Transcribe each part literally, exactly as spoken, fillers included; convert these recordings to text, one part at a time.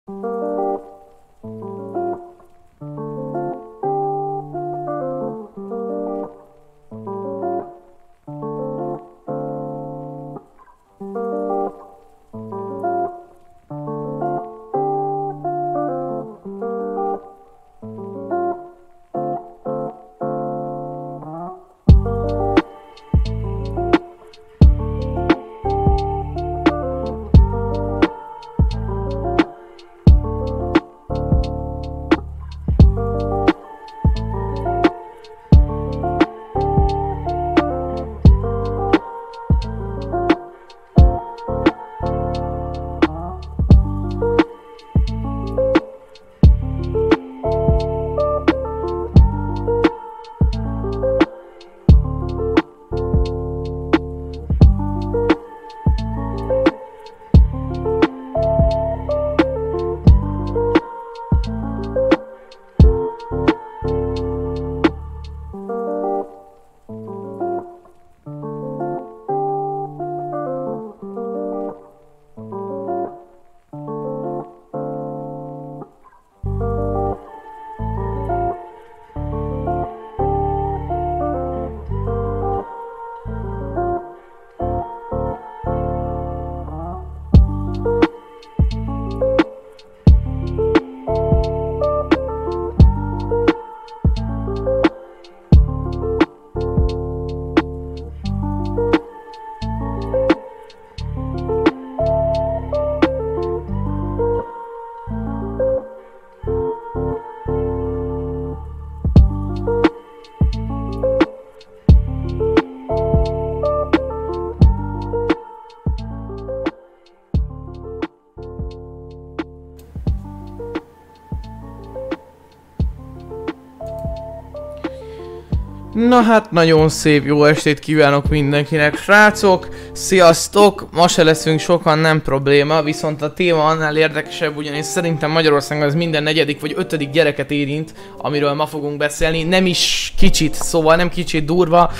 Na hát nagyon szép jó estét kívánok mindenkinek, srácok! Sziasztok! Ma se leszünk sokan, nem probléma, viszont a téma annál érdekesebb, ugyanis szerintem Magyarországon ez minden negyedik vagy ötödik gyereket érint, amiről ma fogunk beszélni. Nem is kicsit, szóval nem kicsit durva.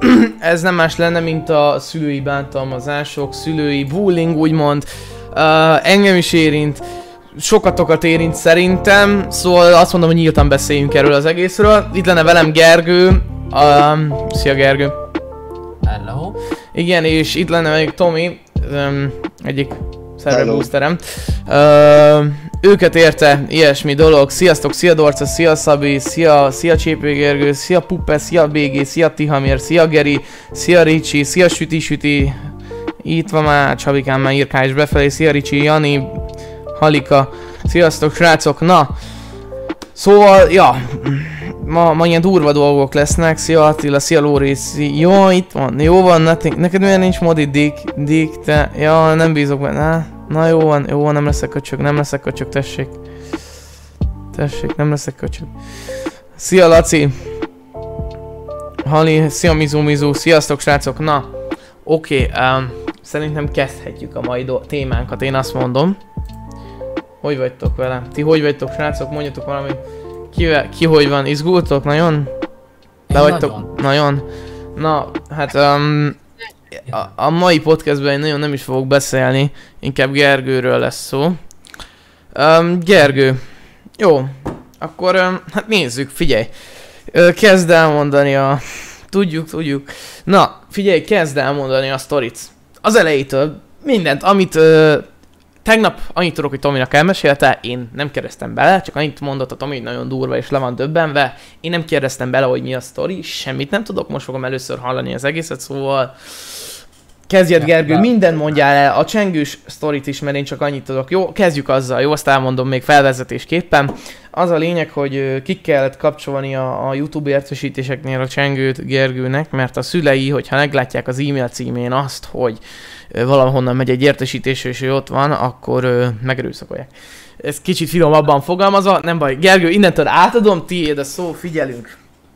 Ez nem más lenne, mint a szülői bántalmazások, szülői bullying úgymond. Uh, engem is érint. Sokatokat érint szerintem, szóval azt mondom, hogy nyíltan beszéljünk erről az egészről. Itt lenne velem Gergő. Um, szia Gergő! Hello! Igen, és itt lenne még Tomi, um, egyik szerver boosterem. Uh, őket érte ilyesmi dolog. Sziasztok, szia Dorca, szia Szabi, szia, szia Csépő Gergő, szia Puppe, szia bé gé, szia Tihamér, szia Geri, szia Ricsi, szia Süti Süti. Itt van már Csabikám, már írká is befelé, szia Ricsi, Jani, Halika, sziasztok srácok, na! Szóval, ja, ma, ma ilyen durva dolgok lesznek, szia Attila, szia Lóri, jó, itt van, jó van, nothing. Neked miért nincs modi, Dick, Dick, te, ja, nem bízok benne, na jó van, jó van, nem leszek köcsög, nem leszek köcsög, tessék. Tessék, nem leszek köcsög. Szia Laci, Hali, szia Mizu Mizu, sziasztok srácok, na, oké, okay, um, szerintem kezdhetjük a mai témánkat, én azt mondom. Hogy vagytok vele? Ti hogy vagytok srácok? Mondjatok valamit. Ki, ki hogy van? Izgultok? Nagyon? De vagytok? Nagyon. nagyon. Na, hát um, a, a mai podcastben én nagyon nem is fogok beszélni. Inkább Gergőről lesz szó. Um, Gergő. Jó. Akkor um, hát nézzük, figyelj. Kezd el mondani a... Tudjuk, tudjuk. Na, figyelj, kezd el mondani a sztorit. Az elejétől mindent, amit... Uh, Tegnap annyit tudok, hogy Tominak elmesélte, én nem kérdeztem bele, csak annyit mondott a Tomi, nagyon durva és le van döbbenve. Én nem kérdeztem bele, hogy mi a sztori, semmit nem tudok, most fogom először hallani az egészet, szóval... Kezdjed Gergő, minden mondjál el, a csengős sztorit is, mert én csak annyit tudok. Jó, kezdjük azzal, jó, azt elmondom még felvezetésképpen. Az a lényeg, hogy ki kellett kapcsolni a, a YouTube értesítéseknél a csengőt Gergőnek, mert a szülei, hogyha meglátják az e-mail címén azt, hogy valahonnan megy egy értesítés, és ő ott van, akkor ö, megerőszakolják. Ez kicsit finomabban fogalmazva, nem baj. Gergő, innentől átadom, tiéd a szó, figyelünk.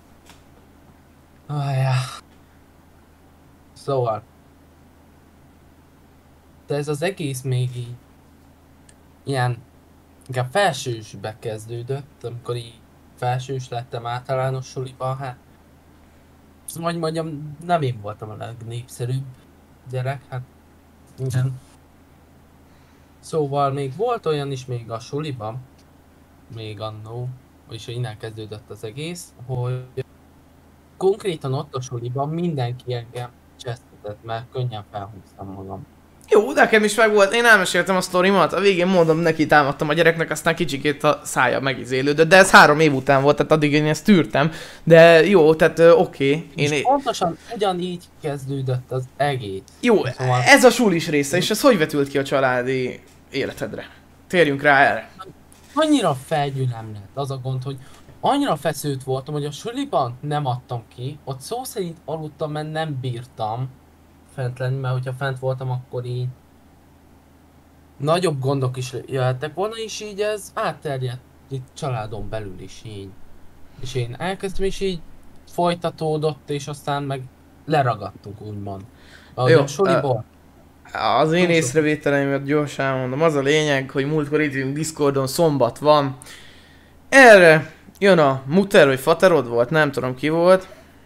Ah, ja. Szóval. De ez az egész még így ilyen inkább felsősbe kezdődött, amikor így felsős lettem általános suliban, hát vagy mondjam, nem én voltam a legnépszerűbb gyerek, hát igen. Szóval még volt olyan is még a suliban, még annó, és innen kezdődött az egész, hogy konkrétan ott a suliban mindenki engem csesztetett, mert könnyen felhúztam magam. Jó, nekem is meg volt, én elmeséltem a sztorimat, a végén mondom, neki támadtam a gyereknek, aztán kicsikét a szája megizélődött, de ez három év után volt, tehát addig én ezt tűrtem, de jó, tehát uh, oké. Okay. És én... pontosan ugyanígy kezdődött az egész. Jó, szóval... ez a sulis része, és ez hogy vetült ki a családi életedre? Térjünk rá erre. Annyira felgyűlöm lett, az a gond, hogy annyira feszült voltam, hogy a suliban nem adtam ki, ott szó szerint aludtam, mert nem bírtam fent lenni, mert hogyha fent voltam, akkor így nagyobb gondok is jöhettek volna, és így ez átterjedt itt családon belül is így. És én elkezdtem, és így folytatódott, és aztán meg leragadtunk, úgymond. Ahogy Jó, a suliból. Az én észrevételeimet gyorsan elmondom. Az a lényeg, hogy múltkor itt vagyunk Discordon, szombat van. Erre jön a muter vagy faterod volt, nem tudom ki volt.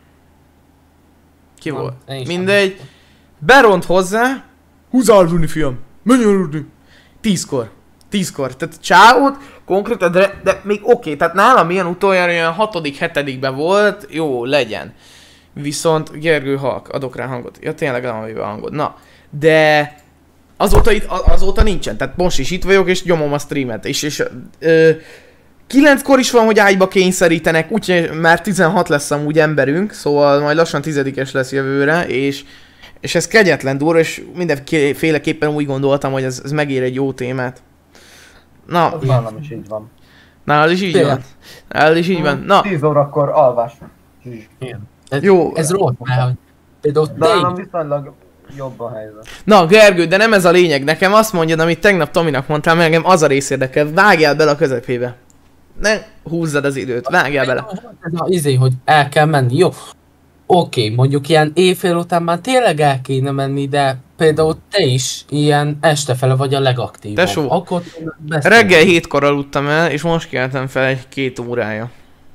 Ki Nem, volt? én is Mindegy. Beront hozzá. Húzz aludni, fiam. Menj aludni. Tízkor. Tízkor. Tehát csávót konkrétan, de, de még oké. Okay. Tehát nálam ilyen utoljára olyan hatodik, hetedikben volt. Jó, legyen. Viszont Gergő halk, adok rá hangot. Ja, tényleg nem van a hangod. Na. De azóta, itt, azóta nincsen, tehát most is itt vagyok és nyomom a streamet, és, és ö, kilenckor is van, hogy ágyba kényszerítenek, úgyhogy már tizenhat lesz amúgy emberünk, szóval majd lassan tizedikes lesz jövőre, és, és ez kegyetlen durva, és mindenféleképpen úgy gondoltam, hogy ez, ez megér egy jó témát. Na, Az nálam is így van. nálad is így Tényleg. van. Nálad is így van. Na, tíz órakor alvás. Ez, Jó. Ez rossz, mert hogy például De te nálam így, viszonylag jobb a helyzet. na Gergő, de nem ez a lényeg, nekem azt mondjad, amit tegnap Tominak mondtál, mert engem az a rész érdekel, vágjál bele a közepébe. Ne húzzad az időt, vágjál bele. ez a izé, hogy el kell menni, jó. Oké, okay, mondjuk ilyen éjfél után már tényleg el kéne menni, de például te is ilyen este fele vagy a legaktívabb. Tesó, Akkor beszélünk. Reggel hétkor aludtam el, és most keltem fel egy két órája.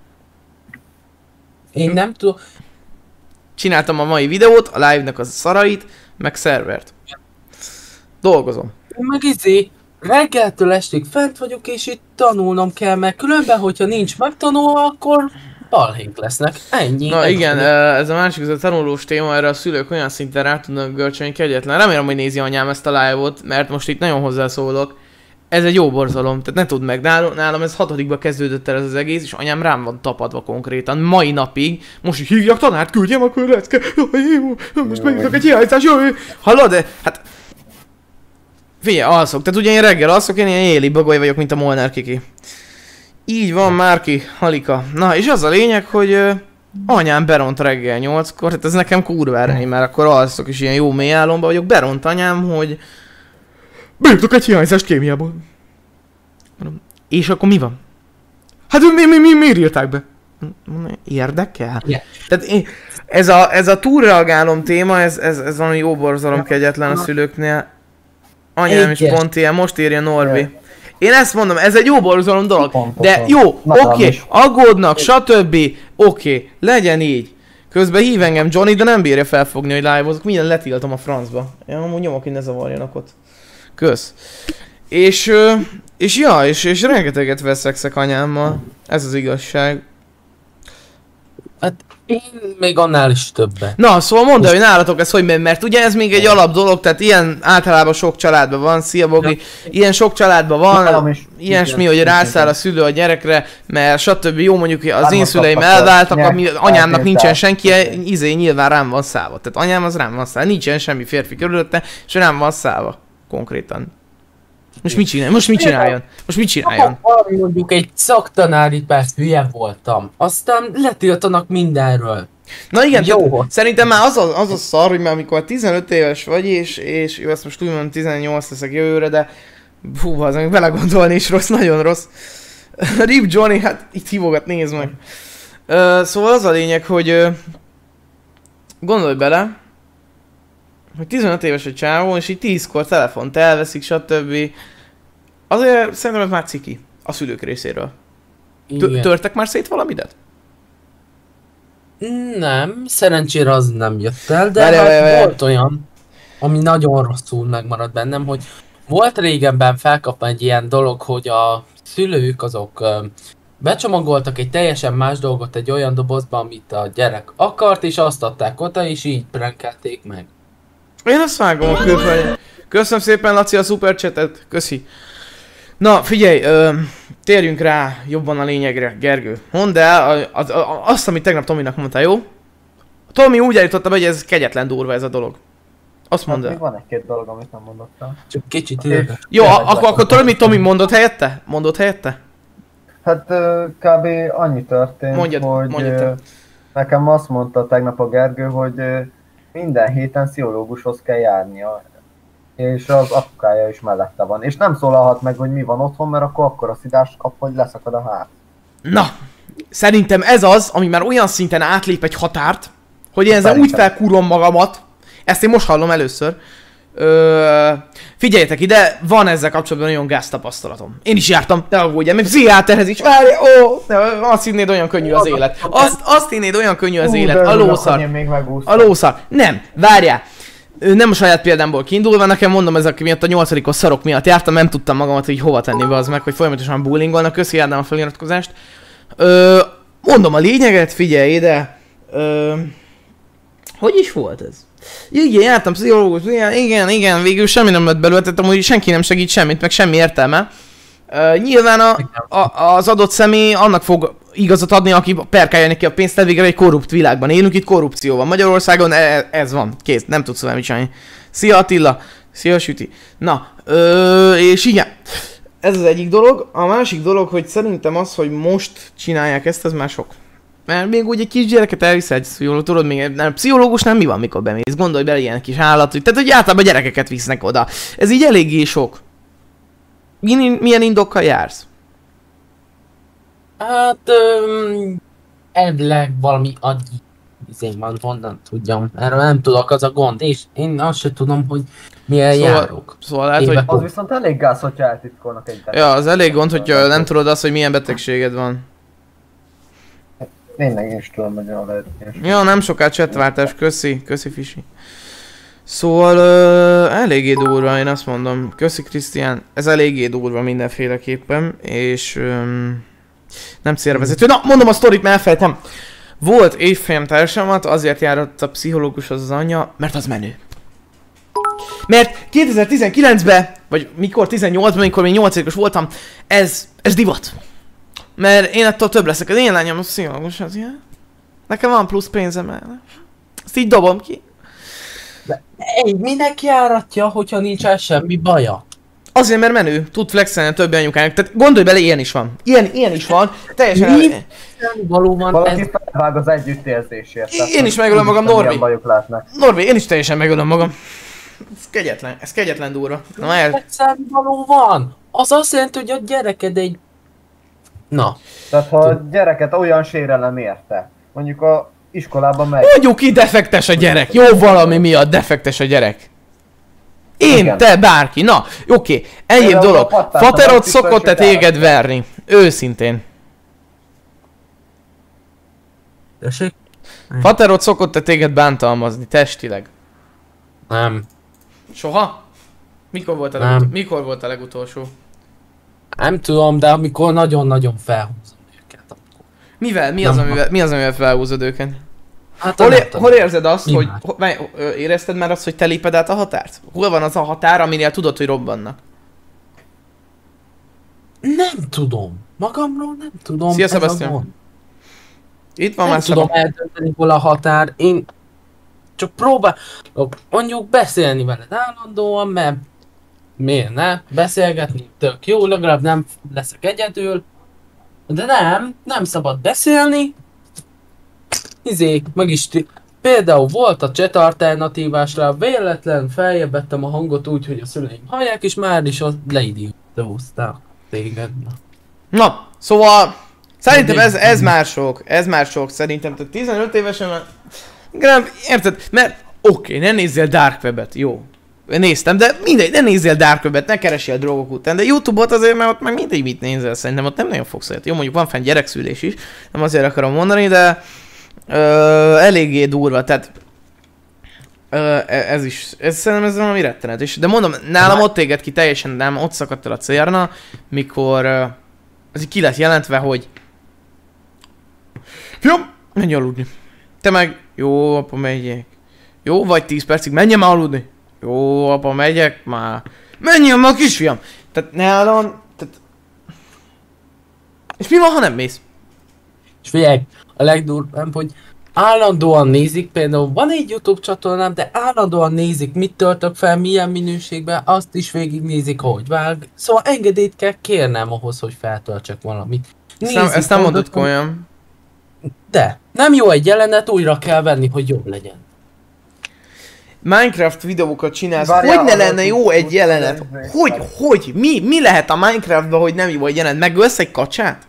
Én nem tudom, Csináltam a mai videót, a live-nak a szarait, meg szervert. Dolgozom. én meg izé, reggeltől estig fent vagyok, és itt tanulnom kell, mert különben, hogyha nincs megtanulva, akkor balhék lesznek. Ennyi. Na Ez igen, az. ez a másik, ez a tanulós téma, erre a szülők olyan szinten rá tudnak görcsölni, kegyetlen. Remélem, hogy nézi anyám ezt a live-ot, mert most itt nagyon hozzászólok. Ez egy jó borzalom, tehát ne tudd meg, nálam, nálam ez hatodikba kezdődött el ez az egész, és anyám rám van tapadva konkrétan, mai napig. Most is hívjak tanárt, küldjem, akkor lesz kell. Most megírtak egy hiányzás, jaj. Hallod, de hát... Figyelj, alszok, tehát ugye én reggel alszok, én ilyen éli bagoly vagyok, mint a Molnár Kiki. Így van, Márki, Halika. Na, és az a lényeg, hogy uh, anyám beront reggel nyolckor, hát ez nekem kurvára, én már akkor alszok, és ilyen jó mély álomba vagyok, beront anyám, hogy... Beírtok egy hiányzást kémiából. Mondom, és akkor mi van? Hát mi, mi, mi, miért írták be? Mondom, érdekel? Yeah. Tehát én, ez a, ez a túlreagálom téma, ez, ez, ez valami jó borzalom kegyetlen a szülőknél. Anyám is Igen. pont ilyen, most írja Norbi. Én ezt mondom, ez egy jó borzalom dolog, Pontosan. de jó, Nálam oké, is. aggódnak, stb. Oké, legyen így. Közben hív engem Johnny, de nem bírja felfogni, hogy live-ozok, minden letiltom a francba. Én amúgy nyomok, hogy ne zavarjanak ott. Kösz. És, ö, és ja, és, és rengeteget veszekszek anyámmal. Ez az igazság. Hát én még annál is többen. Na, szóval mondd el, hogy nálatok ez hogy megy, mert ugye ez még egy alap dolog, tehát ilyen általában sok családban van, szia Bogi, ilyen sok családban Nálam van, is. ilyesmi, Igen. hogy rászáll a szülő a gyerekre, mert stb. Jó, mondjuk az én Hármat szüleim kaptak, elváltak, nyert, ami anyámnak eltértek. nincsen senki, izé nyilván rám van szállva. Tehát anyám az rám van szállva, nincsen semmi férfi körülötte, és rám van szállva. Konkrétan. Most mit csináljon? Most mit csináljon? Most mit csináljon? Valami mondjuk egy szaktanári perc hülye voltam. Aztán letiltanak mindenről. Na igen, Jó. tehát szerintem már az a, az a szar, hogy már amikor tizenöt éves vagy, és, és jó, ezt most úgy mondom, tizennyolc leszek jövőre, de hú, az meg belegondolni is rossz, nagyon rossz. Rip Johnny, hát itt hívogat, nézd meg. Uh, szóval az a lényeg, hogy uh, gondolj bele, hogy tizenöt éves egy csávó, és így tízkor telefont elveszik, stb. Azért szerintem ez már ciki a szülők részéről. Tö- Igen. Törtek már szét valamidet? Nem, szerencsére az nem jött el, de Várjál, hát várjál, várjál. volt olyan, ami nagyon rosszul megmaradt bennem, hogy volt régenben felkapva egy ilyen dolog, hogy a szülők azok ö, becsomagoltak egy teljesen más dolgot egy olyan dobozba, amit a gyerek akart, és azt adták oda, és így prankelték meg. Én azt vágom a külföldön. Köszönöm szépen, Laci, a szupercsetet. Köszi. Na, figyelj, ö, térjünk rá jobban a lényegre, Gergő. Mondd el az, az, azt, amit tegnap Tominak mondtál, jó? Tomi úgy állította be, hogy ez kegyetlen durva ez a dolog. Azt mondd Hát el. még van egy-két dolog, amit nem mondottam. Csak kicsit ide. Jó, akkor, akkor tudod, mit Tomi mondott helyette? Mondott helyette? Hát ö, kb. Annyi történt, Mondjad, hogy mondjad te. ö, nekem azt mondta tegnap a Gergő, hogy ö, minden héten pszichológushoz kell járnia. És az apukája is mellette van. És nem szólalhat meg, hogy mi van otthon, mert akkor akkor a szidást kap, hogy leszakad a ház. Na, szerintem ez az, ami már olyan szinten átlép egy határt, hogy én ezzel úgy Szerintem. felkúrom magamat, ezt én most hallom először. Ö, figyeljetek ide, van ezzel kapcsolatban nagyon gáz tapasztalatom. Én is jártam, de aggódjál, még pszichiáterhez is, várj, ó, de azt hinnéd olyan könnyű az élet. Azt, azt hinnéd olyan könnyű az Hú, élet, de a örülök, lószar. hogy én még megúsztam. A lószar. Nem, várjál. Ö, Nem a saját példámból kiindulva, nekem mondom, ezek miatt a nyolcadikos szarok miatt jártam, nem tudtam magamat így hova tenni be az meg, hogy folyamatosan bullyingolnak, köszi Ádám a feliratkozást. Ö, mondom a lényeget, figyelj ide. Ö, hogy is volt ez? Igen, jártam pszichológus, igen, igen, igen, végül semmi nem lett belőle, tehát amúgy senki nem segít semmit, meg semmi értelme. Uh, nyilván a, a, az adott személy annak fog igazat adni, aki perkálja neki a pénzt, végre egy korrupt világban élünk, itt korrupció van. Magyarországon e, ez van, kész, nem tudsz vele mit csinálni. Szia Attila, szia Süti. Na, ö, és igen, ez az egyik dolog. A másik dolog, hogy szerintem az, hogy most csinálják ezt, az már sok. Mert még úgy egy kisgyereket elvisz egy pszichológus, tudod, még nem, pszichológus nem mi van, mikor bemész, gondolj bele ilyen kis állat, tehát hogy általában gyerekeket visznek oda. Ez így eléggé sok. Milyen, milyen indokkal jársz? Hát, öm, elvileg valami agyi izén van, honnan tudjam. Erről nem tudok, az a gond. És én azt se tudom, hogy milyen Szóval- járok. Szóval lehet, hogy... Évek Az viszont elég gáz, hogyha eltitkolnak egy beteg. Ja, az elég gond, hogy nem tudod azt, hogy milyen betegséged van. Tényleg én is tudom, hogy olyan lehet. Ja, nem soká chatváltás, köszi, köszi Fisi. Szóval ö, eléggé durva, én azt mondom. Köszi Krisztián, ez eléggé durva mindenféleképpen, és ö, nem célvezető. Na, mondom a sztorit, mert elfelejtem. Volt évfolyam társamat, azért járott a pszichológushoz az anyja, mert az menő. Mert kétezer-tizenkilencben, vagy mikor, tizennyolcban, amikor még nyolcadikos voltam, ez, ez divat. Mert én ettől több leszek, az én lányom a pszichológus, az ilyen. Nekem van plusz pénzem el. Ezt így dobom ki. Ej, minek járatja, hogyha nincs el semmi baja? Azért, mert menő, tud flexelni a többi anyukának. Tehát gondolj bele, ilyen is van. Ilyen, ilyen is van. Teljesen... Mi? Valóban ez... Valaki felvág az együttérzésért. tehát, Én is hogy megölöm magam, milyen Norbi. bajok lehetnek. Norbi, én is teljesen megölöm magam. Ez kegyetlen, ez kegyetlen durva. Na el... Egyszerűen való van. Az azt jelenti, hogy a gyereked egy... Na. Tehát ha a gyereket olyan sérelem érte, mondjuk a iskolában megy, Mondjuk ki, defektes a gyerek. Jó, valami miatt defektes a gyerek. Én, Igen. te, bárki. Na, oké. Egyéb Például dolog. a pattát, Faterod a szokott-e biztos, hogy téged elveszett. verni? Őszintén. Tessék? Faterod szokott-e téged bántalmazni, testileg? Nem. Soha? Mikor volt a, Nem. legutol- Mikor volt a legutolsó? Nem tudom, de amikor nagyon-nagyon felhúzom őket. akkor- Mivel? Mi az, Nem. amivel, mi az, amivel felhúzod őket? Hát Hol, nem é- tudom. hol érzed azt, hogy... Imádom. Ho, várj, ö, érezted már azt, hogy te léped át a határt? Hol van az a határ, aminél tudod, hogy robbannak? Nem tudom. Magamról nem tudom. Szia, ez a Sebastian. gond. Itt van Nem már tudom Szaba. eldönteni, hol a határ. Én csak próbálok mondjuk beszélni veled állandóan, mert miért ne? Beszélgetni tök jó, legalább nem leszek egyedül. De nem, nem szabad beszélni. Izé, meg is ti- például volt a chat alternatívásra, véletlen feljebb vettem a hangot úgy, hogy a szüleim hallják, és már is a leidiózták téged. Na, szóval... Szerintem ez, ez már sok. Ez már sok szerintem. Tehát tizenöt évesen már... Nem, érted? Mert oké, ne nézzél Dark Webet, jó. Néztem, de mindegy, ne nézzél Dark Webet, ne keresél drogok után. De YouTube-ot azért, mert ott meg mindegy mit nézel, szerintem ott nem nagyon fogsz olyat. Jó, mondjuk van fenn gyerekszülés is, nem azért akarom mondani, de... Ö, eléggé durva, tehát... Ö, ez is, ez szerintem ez valami rettenetes. De mondom, nálam ott égett ki teljesen, nem, ott szakadt el a cérna, mikor uh, ez így ki lett jelentve, hogy fiam, menj aludni. Te meg, jó apa, megyek. Jó, vagy tíz percig, menjem már aludni. Jó apa, megyek már. Menjen már kisfiam. Tehát nálam, tehát... És mi van, ha nem mész? És figyelj, a legdurvább, hogy állandóan nézik, például van egy YouTube csatornám, de állandóan nézik, mit töltök fel, milyen minőségben, azt is végignézik, ahogy vág. Szóval engedélyt kell kérnem ahhoz, hogy feltöltsek valamit. Ezt nem, ezt nem mondod komolyan. De, nem jó egy jelenet, újra kell venni, hogy jobb legyen. Minecraft videókat csinálsz, Várjál, hogy ne arra lenne jó tud- egy tud- jelenet? tud- Hogy, hogy, mi, mi lehet a Minecraftban, hogy nem jó egy jelenet? Megölsz egy kacsát?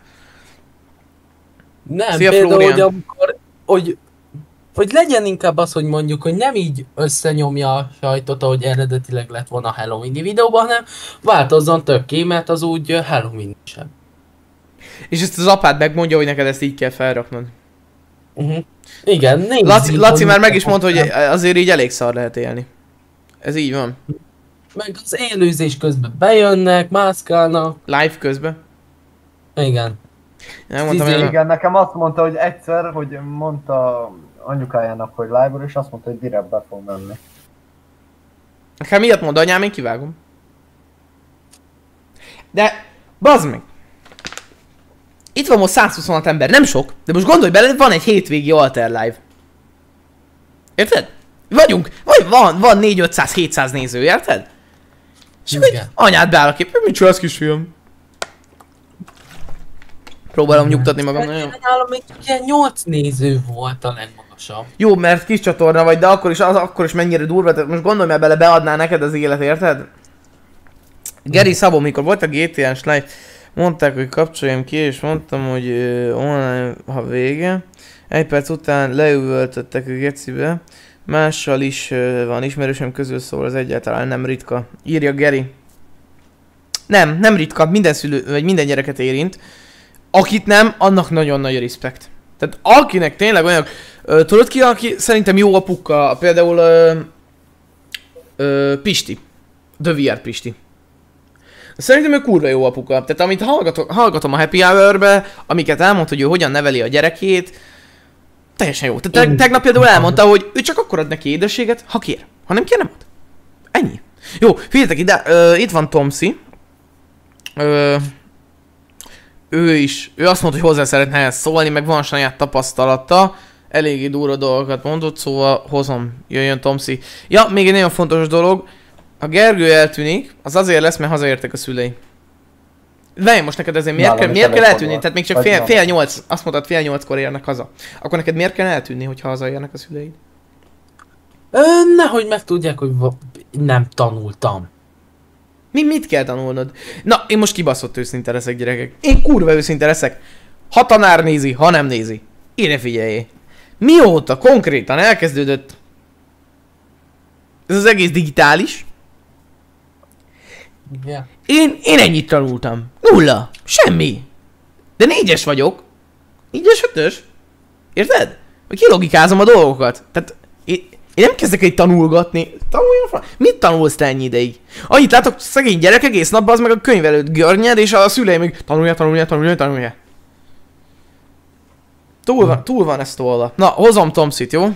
Nem, Szia, például, Florian. hogy amikor, hogy, hogy legyen inkább az, hogy mondjuk, hogy nem így összenyomja a sajtot, ahogy eredetileg lett volna a Halloween-i videóban, hanem változzon tökké, mert az úgy ö, Halloween-isebb. És ezt az apád megmondja, hogy neked ezt így kell felraknod. Uh-huh. Igen, nézd. Laci, így, Laci hogy már mit meg is mondta, hogy akartam. azért így elég szar lehet élni. Ez így van. Meg az élőzés közben bejönnek, mászkálnak. Live közben. Igen. Nem mondtam, Izé- hogy Igen, nekem azt mondta, hogy egyszer, hogy mondta anyukájának, hogy live és azt mondta, hogy direkt be fog menni. nekem miatt mond anyám, én kivágom. De, bazd meg! Itt van most száz huszonhat ember, nem sok, de most gondolj bele, van egy hétvégi alter live. Érted? Vagyunk, vagy van, van négy-ötszáz-hétszáz néző, érted? És akkor Igen. anyád beáll a kép, mit csinálsz kisfiam? Próbálom nyugtatni magam nagyon. Nálam még ilyen nyolc néző volt a legmagasabb. Jó, mert kis csatorna vagy, de akkor is, az, akkor is mennyire durva, tehát most gondolj már bele, beadná neked az élet, érted? Geri Szabó, mikor volt a gé té á-s live, mondták, hogy kapcsoljam ki, és mondtam, hogy uh, online, ha vége. Egy perc után leüvöltöttek a gecibe. Mással is uh, van ismerősöm közül, szóval az egyáltalán nem ritka. Írja Geri. Nem, nem ritka, minden szülő, vagy minden gyereket érint. Akit nem, annak nagyon nagy a respekt. Tehát akinek tényleg olyan... Ö, tudod ki, aki szerintem jó apuka, például ö, ö, Pisti. The vé er Pisti. Szerintem ő kurva jó apuka. Tehát amit hallgatok, hallgatom a Happy Hour-be, amiket elmond, hogy ő hogyan neveli a gyerekét, teljesen jó. Tehát te, tegnap például elmondta, hogy ő csak akkor ad neki édességet, ha kér. Ha nem kér, nem ad. Ennyi. Jó, figyeljetek ide, ö, itt van Tomsi. Ö, ő is, ő azt mondta, hogy hozzá szeretne ehhez szólni, meg van saját tapasztalata. Eléggé durva dolgokat mondott, szóval hozom, jöjjön Tomsi. Ja, még egy nagyon fontos dolog. Ha Gergő eltűnik, az azért lesz, mert hazaértek a szülei. Várj, most neked ezért miért, Nálam kell, is miért kell előfordul. eltűnni? Tehát még csak Vagy fél, nem. fél nyolc, azt mondtad fél nyolckor érnek haza. Akkor neked miért kell eltűnni, hogyha hazaérnek a szüleid? Ö, nehogy megtudják, hogy va- nem tanultam. Mi, mit kell tanulnod? Na, én most kibaszott őszinte leszek, gyerekek. Én kurva őszinte leszek. Ha tanár nézi, ha nem nézi. Ide figyeljé. Mióta konkrétan elkezdődött ez az egész digitális, Yeah. én, én ennyit tanultam. Nulla. Semmi. De négyes vagyok. Négyes, ötös. Érted? Vagy kilogikázom a dolgokat. Tehát én, én nem kezdek egy tanulgatni. Tanuljon fel. Mit tanulsz te ennyi ideig? Annyit látok, szegény gyerek egész nap az meg a könyv előtt görnyed, és a szüleim még tanulja, tanulja, tanulja, tanulja. Túl van, túl van ezt tolva. Na, hozom Tomsit, jó?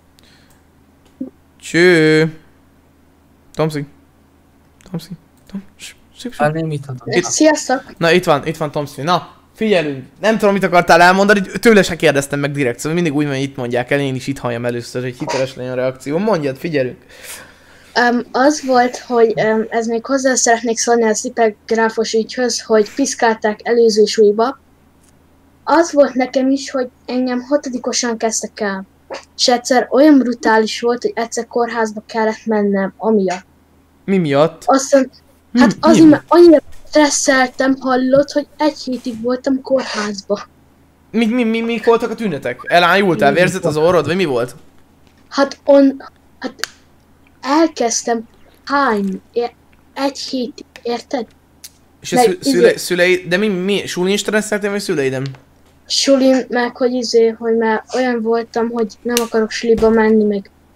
Cső. Tomsi. Tomsi. Tom. Ss, ss, ss. Már nem mit adom. Itt- Sziasztok! Na, itt van, itt van Tomsi. Na, figyelünk. Nem tudom, mit akartál elmondani, tőle se kérdeztem meg direkt, szóval mindig úgy van, hogy itt mondják el, én is itt halljam először, hogy hiteles legyen a reakció. Mondjad, figyelünk. Um, az volt, hogy um, ez még hozzá szeretnék szólni a szipegráfos ügyhöz, hogy piszkálták előző súlyba. Az volt nekem is, hogy engem hatodikosan kezdtek el. És egyszer olyan brutális volt, hogy egyszer kórházba kellett mennem, amiatt. Mi miatt? Aztán, Mi- hát mi? azért, mert annyira stresszeltem, hallott, hogy egy hétig voltam kórházba. Mi, mi, mi, mi voltak a tünetek? Elájultál, vérzett az orrod, vagy mi volt? Hát on, hát elkezdtem hányni, é- egy hétig, érted? És a Meg szü- izé- szüle, szüleid, de mi, mi, sulin stresszeltél, vagy szüleidem? Sulin, meg hogy izé, hogy már olyan voltam, hogy nem akarok suliba menni, meg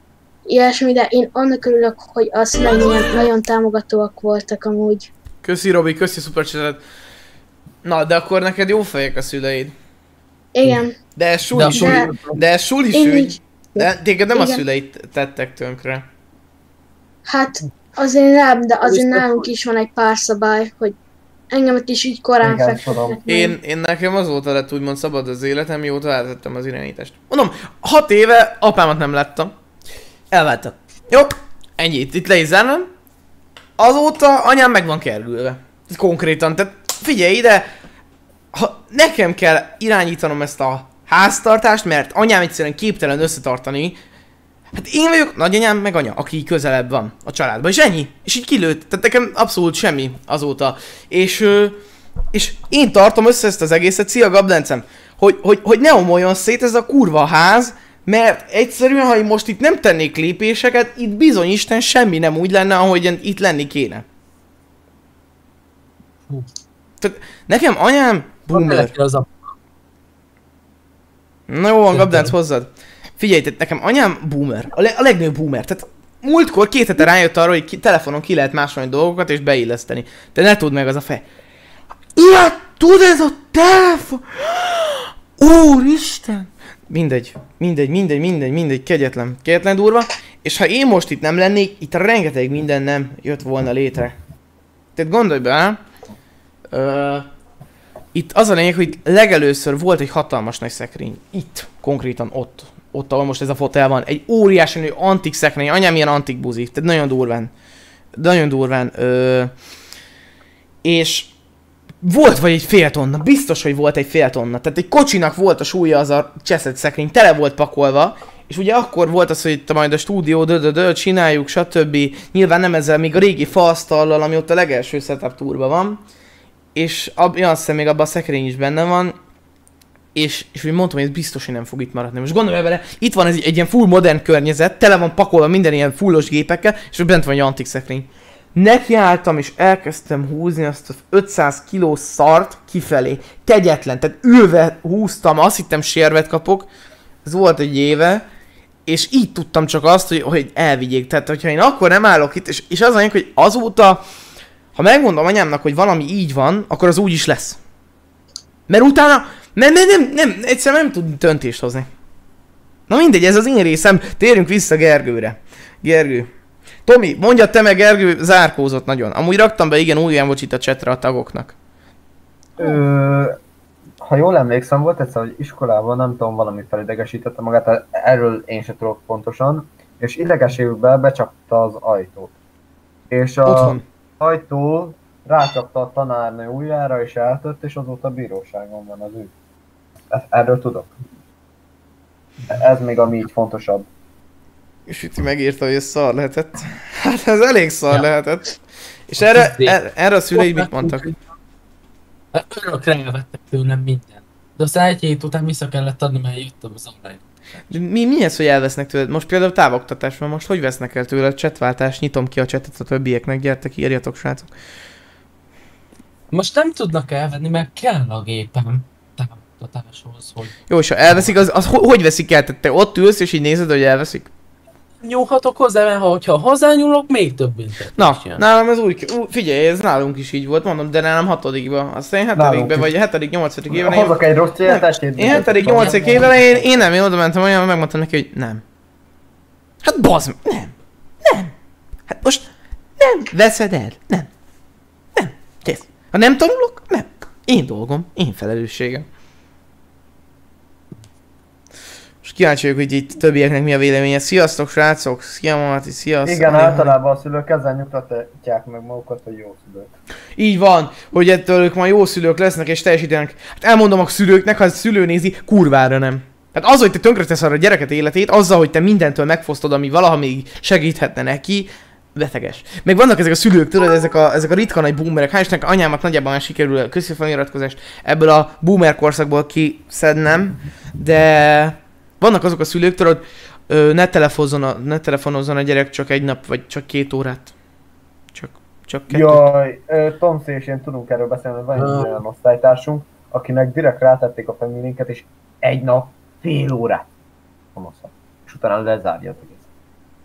ilyesmi, de én annak örülök, hogy a szüleim ilyen nagyon támogatóak voltak amúgy. Köszi Robi, köszi szupercsetet. Na, de akkor neked jó fejek a szüleid. Igen. De ez De suli, a suli, De- de ez sulis Én ügy. így, De téged nem a Igen. szüleid tettek tönkre. hát azért nem, de azért Biztos, nálunk is van egy pár szabály, hogy engemet is így korán Igen, fektetnek tudom. meg. Én, én nekem azóta lett úgymond szabad az életem, mióta elvettem az irányítást. Mondom, hat éve apámat nem láttam. Elváltak. Jó, ennyi, itt, itt le is zárnám. Azóta anyám meg van kerülve. Konkrétan, tehát figyelj ide, ha nekem kell irányítanom ezt a háztartást, mert anyám egyszerűen képtelen összetartani, hát én vagyok nagyanyám meg anya, aki közelebb van a családban, és ennyi. És így kilőtt, tehát nekem abszolút semmi azóta. És, ö, és én tartom össze ezt az egészet, szia Gablencem, hogy, hogy, hogy ne omoljon szét ez a kurva ház, mert egyszerűen, ha én most itt nem tennék lépéseket, itt bizony Isten semmi nem úgy lenne, ahogyan itt lenni kéne. Hú. Tehát nekem anyám boomer. Az a... Na jó van, Gabdánc, hozzad. Figyelj, tehát nekem anyám boomer, a, le- a legnagyobb boomer. Tehát múltkor két hete rájött arra, hogy ki- telefonon ki lehet másolni dolgokat és beilleszteni. De ne tudd meg az a fej. Ilyet tud ez a telefon? Úristen! Mindegy, mindegy, mindegy, mindegy, mindegy, kegyetlen, kegyetlen durva. És ha én most itt nem lennék, itt rengeteg minden nem jött volna létre. Tehát gondolj be, ö, itt az a lényeg, hogy legelőször volt egy hatalmas nagy szekrény. Itt, konkrétan ott. Ott, ahol most ez a fotel van. Egy óriási nő antik szekrény. Anyám ilyen antik buzi. Tehát nagyon durván. Nagyon durván. Ö, és volt vagy egy fél tonna. Biztos, hogy volt egy fél tonna. Tehát egy kocsinak volt a súlya az a cseszett szekrény. Tele volt pakolva. És ugye akkor volt az, hogy itt majd a stúdió, dö csináljuk, stb. Nyilván nem ezzel, még a régi faasztallal, ami ott a legelső setup túrban van. És ab, ja, azt hiszem még abban a szekrény is benne van. És, és úgy mondtam, hogy ez biztos, hogy nem fog itt maradni. Most gondolj vele, itt van ez egy, egy ilyen full modern környezet, tele van pakolva minden ilyen fullos gépekkel, és bent van egy antik szekrény. Nekiálltam és elkezdtem húzni azt az ötszáz kiló szart kifelé. Kegyetlen, tehát ülve húztam, azt hittem sérvet kapok. Ez volt egy éve. És így tudtam csak azt, hogy, hogy elvigyék. Tehát, hogyha én akkor nem állok itt, és, és az anyag, hogy azóta, ha megmondom anyámnak, hogy valami így van, akkor az úgy is lesz. Mert utána nem, nem, nem, nem, egyszerűen nem tud döntést hozni. Na mindegy, ez az én részem. Térjünk vissza Gergőre. Gergő. Tomi, mondja te meg, Gergő zárkózott nagyon. Amúgy raktam be, igen, újján bocsít a chatre a tagoknak. Ö, ha jól emlékszem, volt egyszer, hogy iskolában nem tudom, valami felidegesítette magát, erről én sem tudok pontosan, és idegességükben becsapta az ajtót. És a Otthon. ajtó rácsapta a tanárnő ujjára, és eltört, és azóta bíróságon van az ügy. E- Erről tudok. Ez még ami így fontosabb. És itt megírta, hogy ez szar lehetett. Hát ez elég szar Ja. lehetett. És erre, erre, erre a szüleid mit mondtak? Örökre elvettek tőlem mindent. De aztán egy hét után vissza kellett adni, mert jöttem az online. De mi, mi ez, hogy elvesznek tőled? Most például távoktatás van, most hogy vesznek el tőled? Chatváltás, nyitom ki a chatet a többieknek, gyertek, írjatok, srácok. Most nem tudnak elvenni, mert kell a gépem támogatáshoz, hogy Jó, és ha elveszik, az, az ho- hogy veszik el? Tehát te ott ülsz, és így nézed, hogy elveszik? nyúlhatok hozzá, mert ha hogyha hozzányúlok, még több büntet. Na, nálam ez úgy, ú, figyelj, ez nálunk is így volt, mondom, de nálam hatodikba, aztán én hetedikbe, is. vagy hetedik, nyolcadik éven én, Hozok egy rossz jelentést. én hetedik, nyolcadik éven én, én nem, én oda mentem olyan, megmondtam neki, hogy nem. Hát bazd meg, nem, nem. Hát most nem veszed el, nem. Nem, kész. Ha nem tanulok, nem. Én dolgom, én felelősségem. Most kíváncsi vagyok, hogy itt többieknek mi a véleménye. Sziasztok, srácok! Szia, Marti, sziasztok! Igen, általában a szülők ezzel nyugtatják meg magukat, hogy jó szülők. Így van, hogy ettől ők majd jó szülők lesznek és teljesítenek. Hát elmondom a szülőknek, ha a szülő nézi, kurvára nem. Hát az, hogy te tönkretesz arra a gyereket életét, azzal, hogy te mindentől megfosztod, ami valaha még segíthetne neki, beteges. Meg vannak ezek a szülők, tudod, ezek a, ezek a ritka nagy boomerek. Hál' Istennek anyámat nagyjából már sikerül, köszi a feliratkozást, ebből a boomer korszakból kiszednem, de vannak azok a szülők, tudod, ö, ne, telefozzon a, ne telefonozzon a gyerek csak egy nap, vagy csak két órát. Csak, csak kettőt. Jaj, ö, Tomszé és én tudunk erről beszélni, hogy van egy olyan osztálytársunk, akinek direkt rátették a femilinket, és egy nap fél órát. Homoszak. És utána lezárja az egész.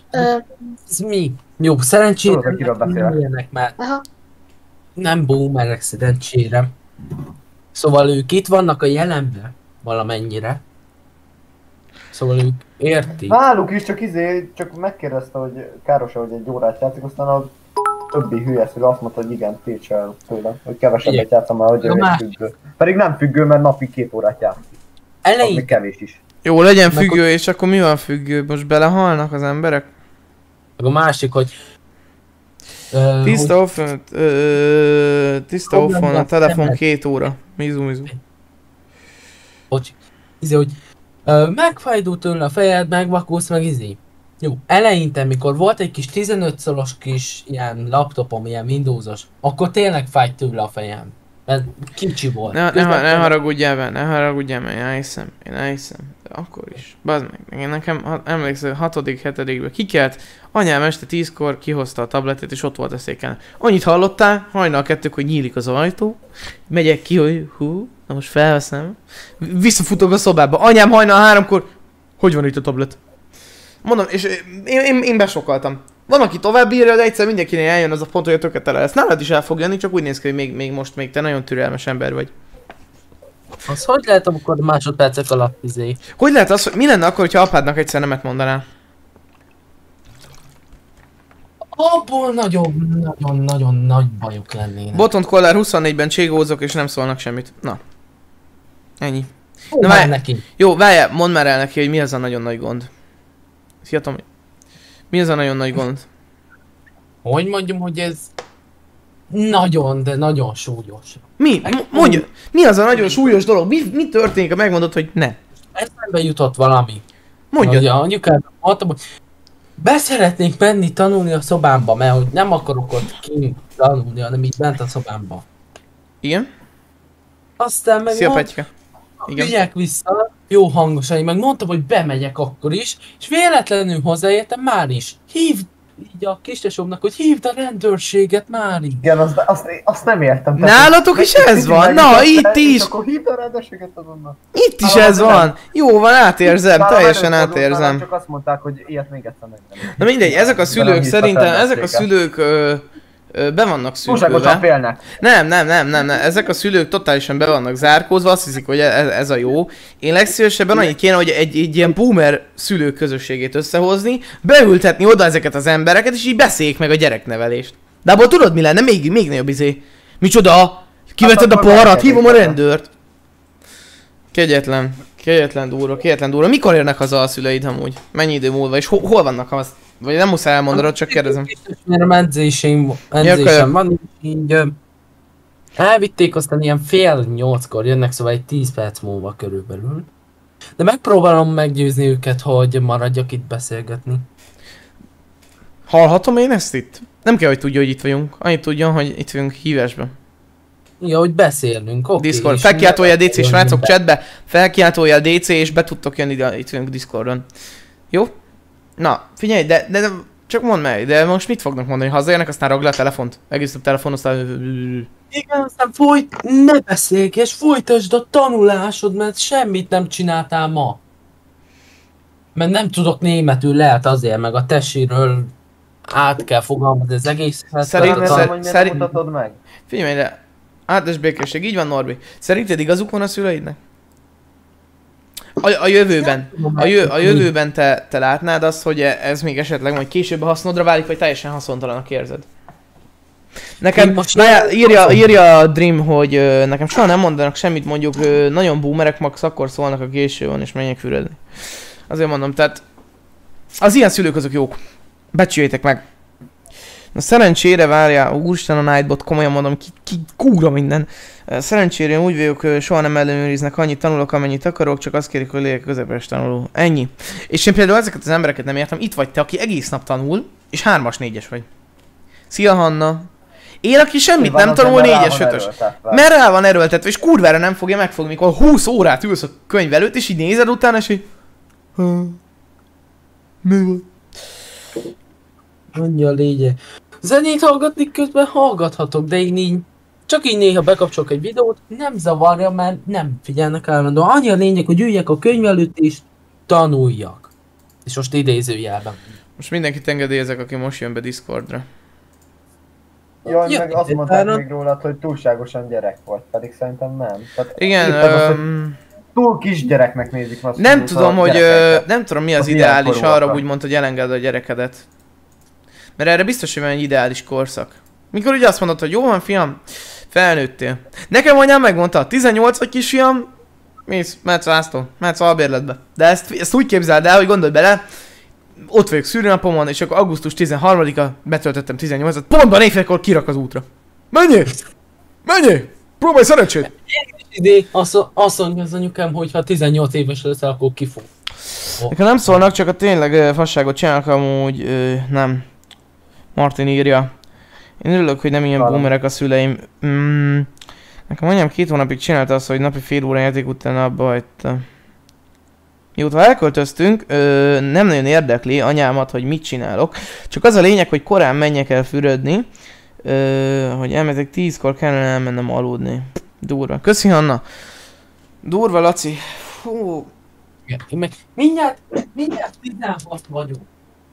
Ö, Ez mi? Jó, szerencsére Tudod, akiről beszélek. ilyenek már. aha. Nem boomerek szerencsére. Szóval ők itt vannak a jelenben valamennyire. Szóval ők értik. Náluk is csak izé, csak megkérdezte, hogy káros hogy egy órát játszik, aztán a többi hülyeszülő azt mondta, hogy igen, tétse el tőle, hogy kevesebbet játszom már, hogy ő A egy másik. függő. Pedig nem függő, mert napi két órát játszik. Az még Eleinte kevés is. Jó, legyen Meg függő, és akkor mi van függő? Most belehalnak az emberek? meg a másik, hogy... Ö, Tiszta hogy offon, ö, tiszta Fogd offon, le a a telefon szemed. két óra. Mizu, mizu. Bocs. Izé, hogy ö, megfájdult tőle a fejed, megvakulsz, meg izé. Jó, eleinte, mikor volt egy kis tizenöt szoros kis ilyen laptopom, ilyen Windowsos, akkor tényleg fájt tőle a fejem. Mert kicsi volt. Ne, ne, Közben ne haragudjál be, ne haragudjál be, én elhiszem, én elhiszem. De akkor is. Bazd meg, én nekem, ha, emlékszel, hatodik, hetedikben kikelt, anyám este tízkor kihozta a tabletet és ott volt a széken. Annyit hallottál, hajnal kettők, hogy nyílik az ajtó, megyek ki, hogy hú, na most felveszem. Visszafutok a szobába, anyám hajnal háromkor, hogy van itt a tablet? Mondom, és én, én, én besokaltam. Van, aki tovább írja, de egyszer mindenkinél eljön az a pont, hogy a töke tele lesz. Nálad is el fog jönni, csak úgy néz ki, hogy még, még most még te nagyon türelmes ember vagy. Az hogy lehet, amikor másodpercek alatt izé? Hogy lehet az, hogy mi lenne akkor, hogyha apádnak egyszer nemet mondanál? Abból nagyon, nagyon, nagyon nagy bajok lennének. Botont Kollár huszonnégyben cségózok és nem szólnak semmit. Na. Ennyi. Hú, Na, már várj. neki. Jó, várjál, mondd már el neki, hogy mi az a nagyon nagy gond. Szia Tomi. Mi az a nagyon nagy gond? Hogy mondjam, hogy ez nagyon, de nagyon súlyos. Mi? M- mondja, mi az a nagyon súlyos dolog? Mi, mi történik, ha megmondod, hogy ne? Eszembe jutott valami. Mondja. Hogy a anyukám mondtam, hogy beszeretnék menni tanulni a szobámba, mert hogy nem akarok ott kint tanulni, hanem így bent a szobámba. Igen? Aztán meg Szia mond, Petyke. Igen. vigyek vissza, jó hangosan, én meg mondtam, hogy bemegyek akkor is, és véletlenül hozzáértem már is. Hívd így a kistesomnak, hogy hívd a rendőrséget már így. Igen, azt, azt, azt nem értem. Nálatok is ez van? Na, itt is! És akkor hívd a rendőrséget azonnal. Itt is Ah, ez nem. van. Jó van, átérzem, Nálam teljesen előfordult, nálam átérzem. Csak azt mondták, hogy ilyet még egyszer nem. Na mindegy, ezek a szülők szerintem, ezek a szülők ö, ö, be vannak Túlságosan szűkülve. félnek. Nem, nem, nem, nem, nem, ezek a szülők totálisan be vannak zárkózva, azt hiszik, hogy ez, ez a jó. Én legszívesebben annyit kéne, hogy egy, egy ilyen boomer szülők közösségét összehozni, beültetni oda ezeket az embereket, és így beszéljék meg a gyereknevelést. De abból tudod mi lenne? Még, még nagyobb izé. Micsoda? Kiveted a akkor parat, megkezdjük hívom a vele. rendőrt. Kegyetlen, kegyetlen durva, kegyetlen durva. Mikor érnek haza a szüleid amúgy? Mennyi idő múlva? És ho- hol vannak azt? Vagy nem muszáj elmondanod, csak kérdezem. Mert edzésem, Jaka. edzésem van, és így ö, elvitték, aztán ilyen fél nyolckor jönnek, szóval egy tíz perc múlva körülbelül. De megpróbálom meggyőzni őket, hogy maradjak itt beszélgetni. Hallhatom én ezt itt? Nem kell, hogy tudja, hogy itt vagyunk. Annyit tudjon, hogy itt vagyunk hívásban. Ja, hogy beszélünk, oké. Discord. és Felkiáltója dé cé, jön srácok, be. chatbe. Felkiáltója dé cé, és be tudtok jönni ide, itt vagyunk Discordon. Jó? Na, figyelj, de, de, de csak mondd meg, de most mit fognak mondani? Hazaérnek, aztán ragd le a telefont. Egész a telefon, aztán... Igen, aztán folyt, ne beszélj, és folytasd a tanulásod, mert semmit nem csináltál ma. Mert nem tudok németül, lehet azért, meg a tesiről át kell fogalmazni az egészet. Szerint- Nem szer- értem, hogy miért szerint- nem mutatod meg. Figyelj, de... Áldás békesség, így van Norbi. Szerinted igazuk van a szüleidnek? A, a jövőben. A, jö, a jövőben te, te látnád azt, hogy e- ez még esetleg majd később hasznodra válik, vagy teljesen haszontalannak érzed? Nekem, Én most na, nem- írja, írja a Dream, hogy ö, nekem soha nem mondanak semmit, mondjuk ö, nagyon boomerek, max akkor szólnak a késő van, és menjek füredni. Azért mondom, tehát az ilyen szülők azok jók. Becsüljétek meg. Na szerencsére várjál, úristen a Nightbot, komolyan mondom, ki, ki kúra minden. Szerencsére én úgy vagyok, ö, soha nem ellenőriznek, annyit tanulok, amennyit akarok, csak azt kérik, hogy legyek közepes tanuló. Ennyi. És én például ezeket az embereket nem értem, itt vagy te, aki egész nap tanul, és hármas, négyes vagy. Szia Hanna. Én, aki semmit Nyilván nem azért, tanul, mert rá négyes, van ötös. erőltetve. Mert rá van erőltetve, és kurvára nem fogja megfogni, mikor húsz órát ülsz a könyv előtt, és így nézed utána, és így... "Ha, mi van?" Annyi a lényeg. Zenét hallgatni közben hallgathatok, de én így csak így néha bekapcsolok egy videót, nem zavarja, mert nem figyelnek állandóan. Annyi a lényeg, hogy üljek a könyv előtt és tanuljak. És most idézőjelben. Most mindenkit engedélyezek, aki most jön be Discordra. Jaj, Ja, meg azt itt mondták van. még rólad, hogy túlságosan gyerek vagy, pedig szerintem nem. Tehát Igen, írtad azt, hogy öm, túl kisgyereknek nézik azt nem a tudom, hogy ö, gyerekeket. nem tudom mi az Az ilyen ideális arra, korúakra. úgymond, hogy elengedd a gyerekedet. Mert erre biztos, hogy van egy ideális korszak. Mikor ugye azt mondod, hogy jó van fiam, felnőttél. Nekem anyám megmondta, tizennyolc vagy kisfiam, mész, mehetsz a háztól, mehetsz albérletbe. De ezt, ezt úgy képzeld el, hogy gondolj bele, ott vagyok szűrőnapomon, és akkor augusztus tizenharmadika betöltöttem tizennyolcat, pontban éjfélkor kirak az útra. Menjél! Menjél! Próbálj szerencsét! Idé, azt, azt mondja az anyukám, hogy ha tizennyolc éves leszel, akkor kifog. Nekem nem szólnak, csak a tényleg ö, fasságot csinálnak amúgy, ö, nem. Martin írja. Én örülök, hogy nem ilyen Valami. boomerek a szüleim. Mm, nekem anyám két hónapig csinálta azt, hogy napi fél óra játék után abba hagyta. Mióta elköltöztünk, ö, nem nagyon érdekli anyámat, hogy mit csinálok. Csak az a lényeg, hogy korán menjek el fürödni. Ö, hogy elmegyek tízkor kellene elmennem aludni. Durva. Köszi, Hanna. Durva, Laci. Fú. Igen. Én meg mindjárt, mindjárt tizenhat vagyok.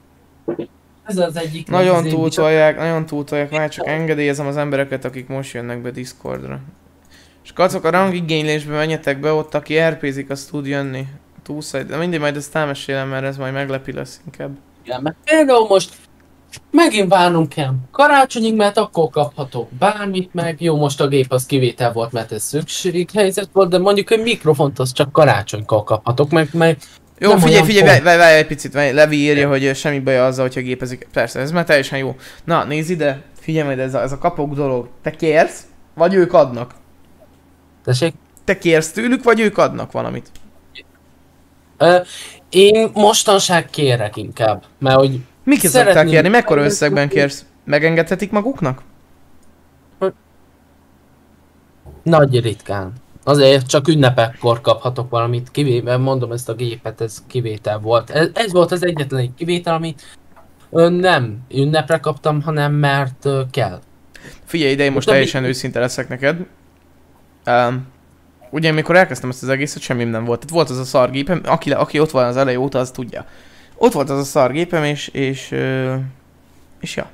Ez az egyik. Nagyon az én túltolják, nagyon túltolják, már csak engedélyezem az embereket, akik most jönnek be Discordra. És kacok, a rangigénylésbe menjetek be, ott aki er pézik, az tud jönni. Túlszajd, de mindig majd ezt elmesélem, mert ez majd meglepi lesz inkább. Igen, mert például most megint várnunk kell karácsonyig, mert akkor kaphatok bármit meg. Jó, most a gép az kivétel volt, mert ez szükséghelyzet volt, de mondjuk egy mikrofont az csak karácsonykor kaphatok meg, meg Jó, nem figyelj, olyan figyelj, pont. várj, várj egy picit, várj, Levi írja, hogy semmi baj azzal, hogyha gépezik. Persze, ez már teljesen jó. Na, nézd ide, figyelj majd, ez a, ez a kapok dolog. Te kérsz, vagy ők adnak? Tessék? Te kérsz tőlük, vagy ők adnak valamit? Ö, én mostanság kérek inkább, mert hogy Mik szokták Szeretném- kérni? Mekkora összegben kérsz? Megengedhetik maguknak? nagy ritkán. Azért csak ünnepekkor kaphatok valamit, kivéve, mondom ezt a gépet, ez kivétel volt. Ez, ez volt az egyetlen egy kivétel, amit ö, nem ünnepre kaptam, hanem mert ö, kell. Figyelj ide, én most De mi- teljesen őszinte leszek neked. Um, ugye amikor elkezdtem ezt az egészet, semmim nem volt. Tehát volt az a szargépem, aki, aki ott van az elejé óta, az tudja. Ott volt az a szargépem, és, és, ö, és ja.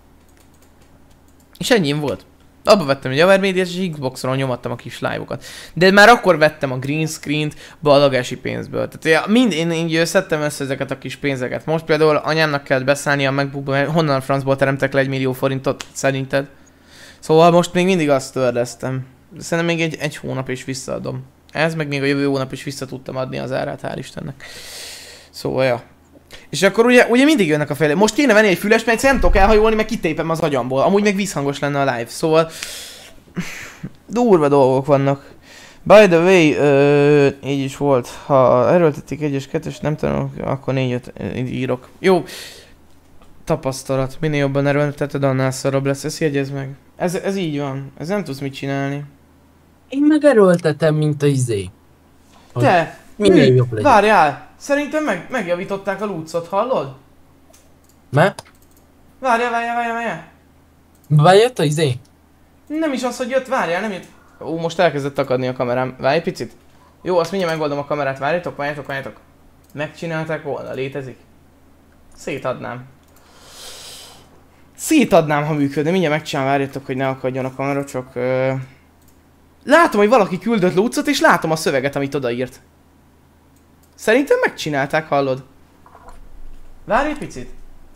És ennyim volt. Abba vettem egy Avermédiát, és Xboxon nyomattam a kis live-okat. De már akkor vettem a green screen-t ballagási pénzből. Tehát ja, mind, én így szedtem össze ezeket a kis pénzeket. Most például anyámnak kellett beszállni a MacBookba, mert honnan a francból teremtek le egy millió forintot, szerinted? Szóval most még mindig azt tördeztem. Szerintem még egy, egy hónap és visszaadom. Ez meg még a jövő hónap is vissza tudtam adni az árát, hál' Istennek. Szóval ja. És akkor ugye, ugye mindig jönnek a fejlő. Most kéne venni egy füles, mert nem tudok elhajolni, meg kitépem az agyamból. Amúgy meg vízhangos lenne a live, szóval... Durva dolgok vannak. By the way, ö, így is volt. Ha erőltetik egyes kettes, nem tudom, akkor négyet írok. Jó. Tapasztalat. Minél jobban erőlteted, annál szarabb lesz. Ezt jegyezd meg. Ez, ez így van. Ez nem tudsz mit csinálni. Én meg erőltetem, mint a izé. Hogy Te! minél mű, jobb legyen. Várjál! Szerintem meg, megjavították a lúcot, hallod? Mert Várjál, várjál, várjál, várjál! bejött a izé? Nem is az, hogy jött, várjál, nem jött. Ó, most elkezdett akadni a kamerám. Várj egy picit. Jó, azt mindjárt megoldom a kamerát, várjatok, várjatok, várjatok. Megcsinálták volna, létezik? Szétadnám. Szétadnám, ha működne, mindjárt megcsinálom, várjatok, hogy ne akadjon a kamera, csak... Ö... Látom, hogy valaki küldött lúcot, és látom a szöveget, amit odaírt. Szerintem megcsinálták, hallod? Várj egy picit.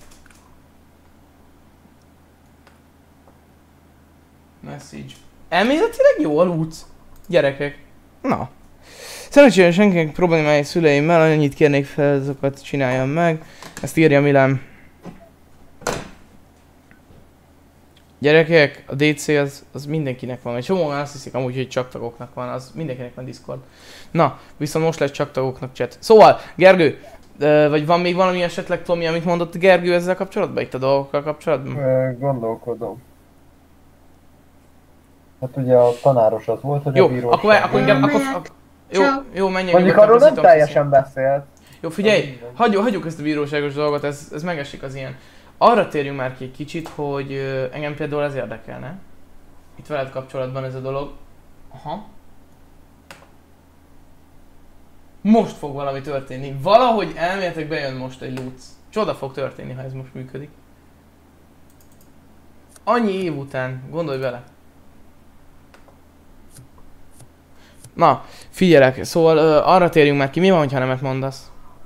Message. Elméletileg jó a lúc. Gyerekek. Na. Szerencsére senkinek problémája szüleimmel, annyit kérnék fel, azokat csináljam meg. Ezt írja Milán. Gyerekek, a dé cé az, az mindenkinek van. Egy csomóan azt hiszik amúgy, hogy csak tagoknak van, az mindenkinek van Discord. Na, viszont most lesz csak tagoknak chat. Szóval, Gergő, ö, vagy van még valami esetleg, Tomi, amit mondott Gergő ezzel kapcsolatban, itt a dolgokkal kapcsolatban? Ö, Gondolkodom. Hát ugye a tanáros az volt, hogy Jó, a bíróság... akkor, akkor inkább, akkor, Megyek. ak- jó, Ciao. jó, menjünk. Mondjuk nyugodtan, arról nem köszönöm, teljesen beszélt. Jó, figyelj, hagyjuk, hagyjuk ezt a bíróságos dolgot, ez, ez megesik az ilyen. Arra térjünk már ki egy kicsit, hogy ö, engem például ez érdekelne. Itt veled kapcsolatban ez a dolog. Aha. Most fog valami történni. Valahogy elméletek bejön most egy lúc. Csoda fog történni, ha ez most működik. Annyi év után, gondolj bele. Na, figyelek, szóval ö, arra térjünk már ki, mi van, ha nemet mondasz?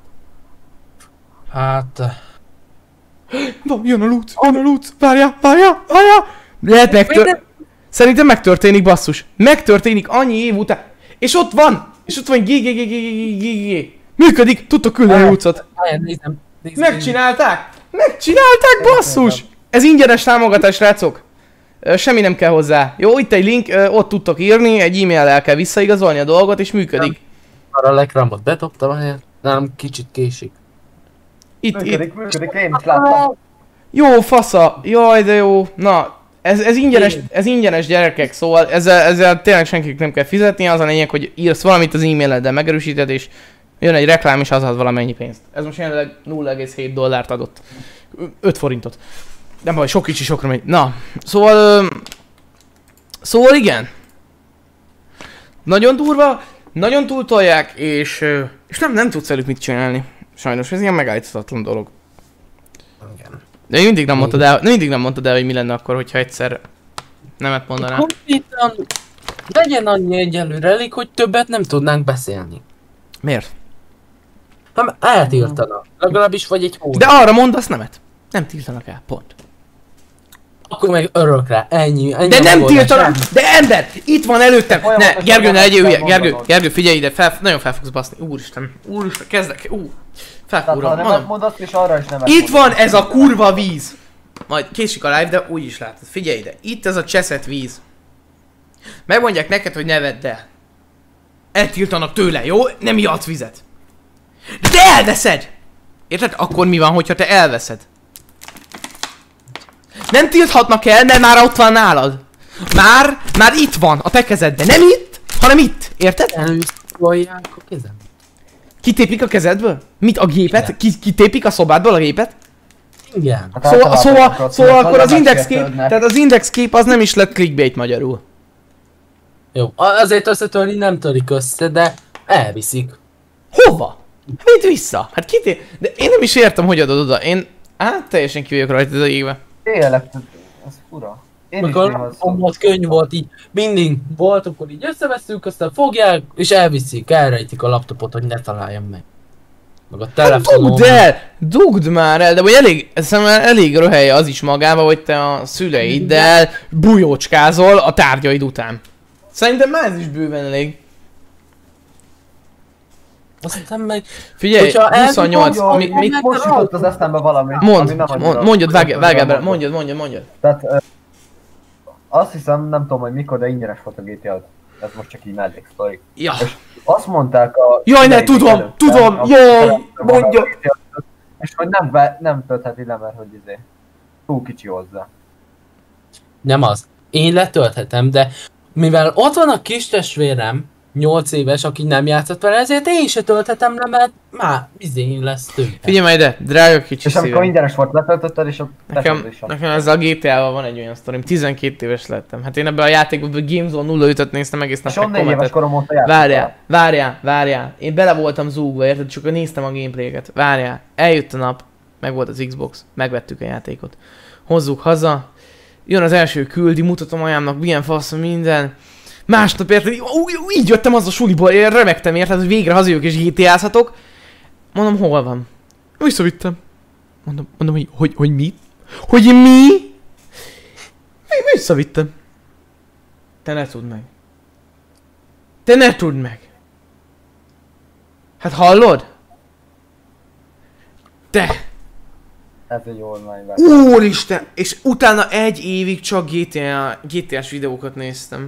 Hát... Na, jön a lúc, jön a lúc, várjál, várjál, várjál! Lehet megtör... Szerintem megtörténik, basszus. Megtörténik annyi év után. És ott van! És ott van G G G G G G G. Működik, tudtok küldeni a lúcot. Nézem, nézem. Megcsinálták! Megcsinálták, basszus! Ez ingyenes támogatás, srácok. Ö, Semmi nem kell hozzá. Jó, itt egy link, ö, ott tudtok írni, egy e-maillel kell visszaigazolni a dolgot, és működik. Arra a lekramot bedobtam a helyet, nem kicsit késik. Itt, itt. Működik, működik, én is láttam. Jó, fasza. Jaj, de jó. Na, ez, ez ingyenes, ez ingyenes gyerekek, szóval ezzel, ezzel tényleg senkinek nem kell fizetni, az a lényeg, hogy írsz valamit az e-maileddel, megerősíted, és jön egy reklám, és az ad valamennyi pénzt. Ez most jelenleg nulla egész hét dollárt adott. öt forintot. Nem baj, sok kicsi sokra megy. Na, szóval... Ö, szóval igen. Nagyon durva, nagyon túltolják, és, ö, és nem, nem tudsz velük mit csinálni. Sajnos, ez ilyen megállíthatatlan dolog. Igen. De mindig nem mondtad el, mindig nem mondtad el, hogy mi lenne akkor, hogyha egyszer nemet mondanál. Konkrétan legyen annyi egyelőre elég, hogy többet nem tudnánk beszélni. Miért? Nem eltiltanak. Legalábbis vagy egy hónap. De arra mondasz nemet. Nem tiltanak el, pont. Akkor meg örökre, ennyi, ennyi. De a nem megoldás. tiltanak! De ember! Itt van előttem! Ne, Folyamatosan Gergő, ne legyél hülye! kell Gergő, mondanod. Gergő, figyelj ide! Fel, nagyon fel fogsz baszni. Úristen, úristen, kezdek, ú. Tehát ha Felfúrom, nem mondom. mondasz, és arra is nem Itt van ez a kurva víz! Majd késik a live, de úgy is látod. Figyelj ide, itt ez a cseszett víz. Megmondják neked, hogy ne vedd el. Eltiltanak tőle, jó? Nem ihatsz vizet. De te elveszed! Érted? Akkor mi van, hogyha te elveszed? Nem tilthatnak el, mert már ott van nálad. Már, már itt van, a te kezedben. Nem itt, hanem itt. Érted? Előszólják a kezem. Kitépik a kezedből? Mit, a gépet? Ki, kitépik a szobádból a gépet? Igen. Hát Szóval, általában szóval, akarod, szóval mert akkor az nem index kép, sértődnek. tehát az index kép az nem is lett clickbait magyarul. Jó, azért összetörni nem törik össze, de elviszik. Hova? Mit vissza? Hát kité... De én nem is értem, hogy adod oda. Én... Á, teljesen ki vagyok rajta az égbe. Tényleg, ez fura. Én is Mikor néha volt könyv volt így, mindig volt, akkor így összeveszünk, aztán fogják, és elviszik, elrejtik a laptopot, hogy ne találjam meg. Meg a Hát telefonon. dugd el! Dugd már el! De vagy elég, szerintem elég röhelye az is magába, hogy te a szüleiddel bujócskázol a tárgyaid után. Szerintem már ez is bőven elég. Aztán meg... Figyelj, Hogyha el- huszonnyolc, Jó, mi, mi, most jutott az eszembe valami. ami mond, nem annyira- mond, mondjad, vágj, vágj bele, mondod. mondjad, mondjad, mondjad. Tehát ö, azt hiszem, nem tudom, hogy mikor, de ingyenes volt a gé té á. Ez most csak így melléksztori. Ja. És azt mondták a... Jaj, ne, ideig tudom, előtte, tudom, a- jaj, a- mondja. a gé té á, és hogy nem, ve, nem töltheti le, mert hogy izé, túl kicsi hozzá. Nem az. Én letölthetem, de mivel ott van a kis testvérem, nyolc éves, aki nem játszott vele, ezért én se tölthetem le, mert már izén lesz tőle. Figyelj majd ide, drága kicsi És amikor szívem. ingyenes volt, letöltötted, és a Nekem, tesód is ad. nekem ezzel a gé té á-val van egy olyan sztorim, tizenkét éves lettem. Hát én ebben a játékban Gamezone nulla ötöt néztem egész nap, És meg on négy éves kommentet. korom óta játszottam. Várjál, várjál, várjál. Én bele voltam zúgva, érted? Csak néztem a gameplayeket. Várjál, eljött a nap, meg volt az Xbox, megvettük a játékot. Hozzuk haza, jön az első küldi, mutatom anyámnak milyen fasz minden. Másnap érted, így, így jöttem az a suliból, én remegtem érted, hogy végre hazajövök és gé té á-zhatok. Mondom, hol van? Visszavittem. Mondom, mondom, hogy, hogy, hogy mi? Hogy mi? Mi visszavittem. Te ne tudd meg. Te ne tudd meg. Hát hallod? Te! Ez egy oldmány. Úristen! És utána egy évig csak gé té á, gé té á-s videókat néztem.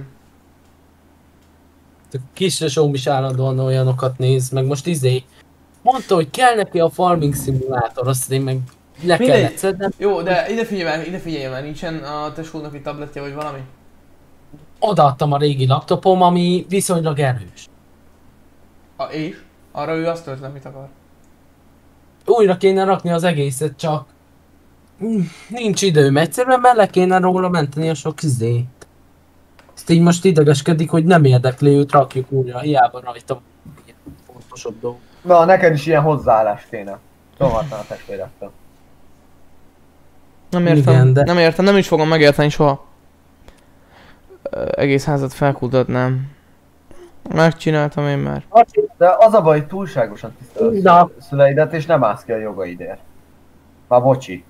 A kisresóm is állandóan olyanokat néz, meg most izé. Mondta, hogy kell neki a farming szimulátor, azt én meg le Mindegy. kellett szednem. Jó, de ide figyelj már, ide figyelj már, nincsen a tesónak egy tabletje vagy valami? Odaadtam a régi laptopom, ami viszonylag erős. A, és? Arra ő azt tölt, amit akar. Újra kéne rakni az egészet, csak... Mm, nincs időm, egyszerűen bele kéne róla menteni a sok izét. Ezt így most idegeskedik, hogy nem érdekli őt, rakjuk újra, hiába rajta ilyen fontosabb dolgok. Na, neked is ilyen hozzáállás kéne. Tovatlan a testvérettől. Nem értem, Igen, de- nem értem, nem is fogom megérteni soha. Ö, egész házat felkutatnám. Megcsináltam én már. De az a baj, hogy túlságosan tiszteled Na. a szüleidet, és nem állsz ki a jogaidért. Már bocsi.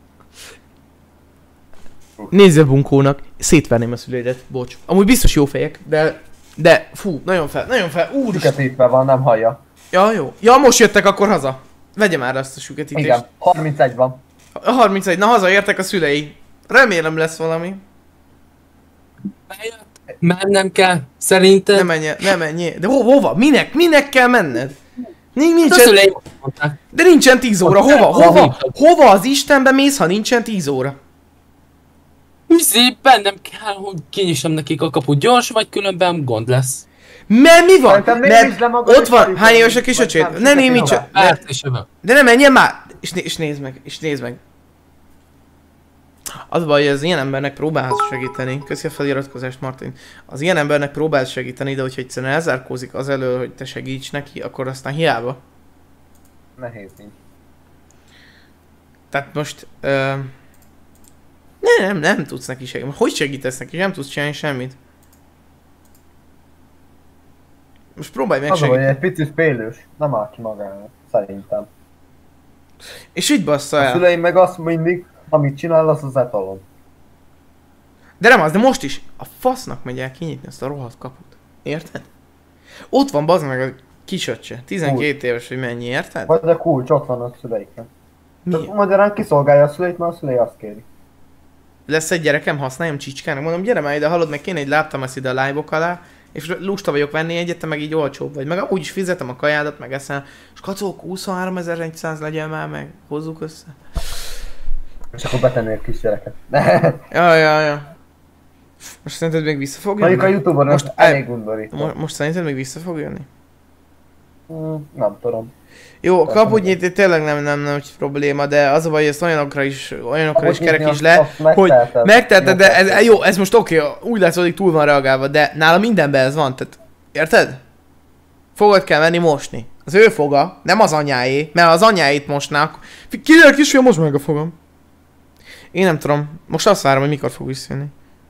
Nézze bunkónak, szétverném a szüleidet, bocs. Amúgy biztos jó fejek, de... De, fú, nagyon fel, nagyon fel, úristen. Süketítve van, nem hallja. Ja, jó. Ja, most jöttek akkor haza. Vegye már azt a süketítést. Igen, harmincegy van. A harmincegy, na hazaértek a szülei. Remélem lesz valami. Bejött. Mennem kell, szerintem. Ne menj, ne menj. De ho, hova? Minek? Minek kell menned? Nincs, A nincsen, szüleim mondták. de nincsen tíz óra. Hova? Hova? Hova az Istenbe mész, ha nincsen tíz óra? Üzé, bennem kell, hogy kinyissam nekik a kaput gyors, vagy különben gond lesz. Mert mi van? Szerintem nézd Mert le magad, ott és van, elég hány van, éves a vagy kisöcsét? nem, Ne csak némítsen. egy Ne, Árt és jövök. de ne menjen már! És, né és nézd meg, és nézd meg. Az a baj, hogy az ilyen embernek próbálsz segíteni. Köszi a feliratkozást, Martin. Az ilyen embernek próbálsz segíteni, de hogyha egyszerűen elzárkózik az elől, hogy te segíts neki, akkor aztán hiába. Nehéz nincs. Tehát most... Ö... Nem, nem, nem tudsz neki segíteni. Hogy segítesz neki? Nem tudsz csinálni semmit. Most próbálj meg Az a baj, hogy segíteni. egy picit félős. Nem áll ki magának, szerintem. És így bassza A el. szüleim meg azt mindig, amit csinál, az az etalon. De nem az, de most is. A fasznak megy el kinyitni ezt a rohadt kaput. Érted? Ott van bazd meg a kisöccse. tizenkét éves, hogy mennyi, érted? Vagy a kulcs ott van a szüleiknek. Mi? Tehát magyarán kiszolgálja a szüleit, mert a szülei azt kéri. Lesz egy gyerekem, használjam csicskának. Mondom, gyere már ide, hallod, meg kéne egy láptamaszt ide a live-ok alá. És lusta vagyok venni egyet, te meg így olcsóbb vagy. Meg amúgy is fizetem a kajádat, meg eszel. És kacók, huszonháromezer-száz legyen már meg. Hozzuk össze. És akkor betenni a kisgyereket. Ja, ja, ja. Most szerinted még vissza fog Mondjuk a jönni? Youtube-on Most most el- elég undorító. Mo- most szerinted még vissza fog jönni? Hmm, nem tudom. Jó, a Persze, kaputnyitni tényleg nem, nem nagy probléma, de az a baj, hogy ezt olyanokra is, olyanokra is Kaput nyitni, kerekíts azt- le, azt hogy megteheted. megteheted, de ez, Megteheted. jó, ez most oké, okay, úgy látszódik túl van reagálva, de nála mindenben ez van, tehát, érted? Fogad kell menni mosni. Az ő foga, nem az anyáé, mert az anyáit mosnák. Kinek kisfiam, most meg a fogam. Én nem tudom, most azt várom, hogy mikor fog visszajönni.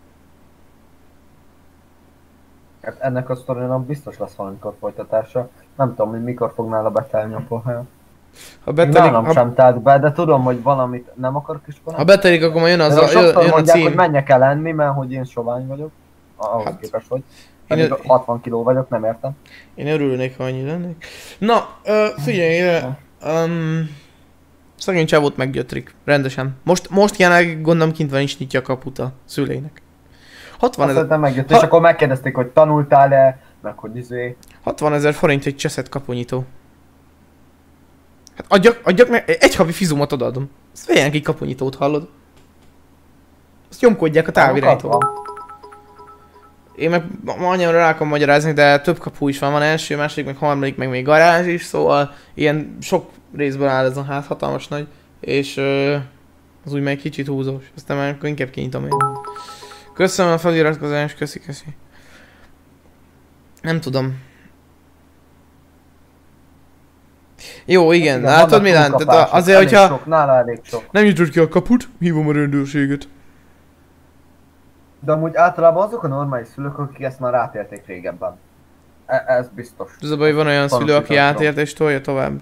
Hát ennek a sztorinak biztos lesz valamikor folytatása. Nem tudom, hogy mikor fog nála betelni a pohár. Ha Még betelik, nálam ha, sem telt be, de tudom, hogy valamit nem akarok iskolát. ha betelik, akkor majd jön, az De a, sokszor jön, jön a mondják, hogy cím. menjek el enni, mert hogy én sovány vagyok. Ahhoz Hát, hát, képest, hogy én pedig ö- hatvan kiló vagyok, nem értem. Én örülnék, ha annyi lennék. Na, ö, figyelj, um, szegény csávót meggyötrik, rendesen. Most, most jelenleg gondolom kint van, és nyitja a kaput a szüleinek. hatvan Azt ezer, szerintem megjött, Ha- és akkor megkérdezték, hogy tanultál-e, meg hogy izé. hatvan ezer forint egy cseszett kapunyító. Hát adjak, adjak meg, egy havi fizumot odaadom. Azt vegyenek egy kapunyítót, hallod? Azt nyomkodják a távirányítóba. Én meg ma ma anyámra rá akarom magyarázni, de több kapu is van, van első, második, meg harmadik, meg még garázs is, szóval ilyen sok részből áll ez a ház, hatalmas nagy, és ö, az úgy meg kicsit húzós, aztán már akkor inkább kinyitom én. Köszönöm a feliratkozást, köszi, köszi. Nem tudom. Jó, igen, Igen, látod vannak Milán? Tehát túlkapások, a- azért, elég hogyha Sok, nála elég sok. nem nyitod ki a kaput, hívom a rendőrséget. De amúgy általában azok a normális szülők, akik ezt már átélték régebben. E- ez biztos. Ez a baj, van olyan szülő, aki Tanúsítani átért és tolja tovább.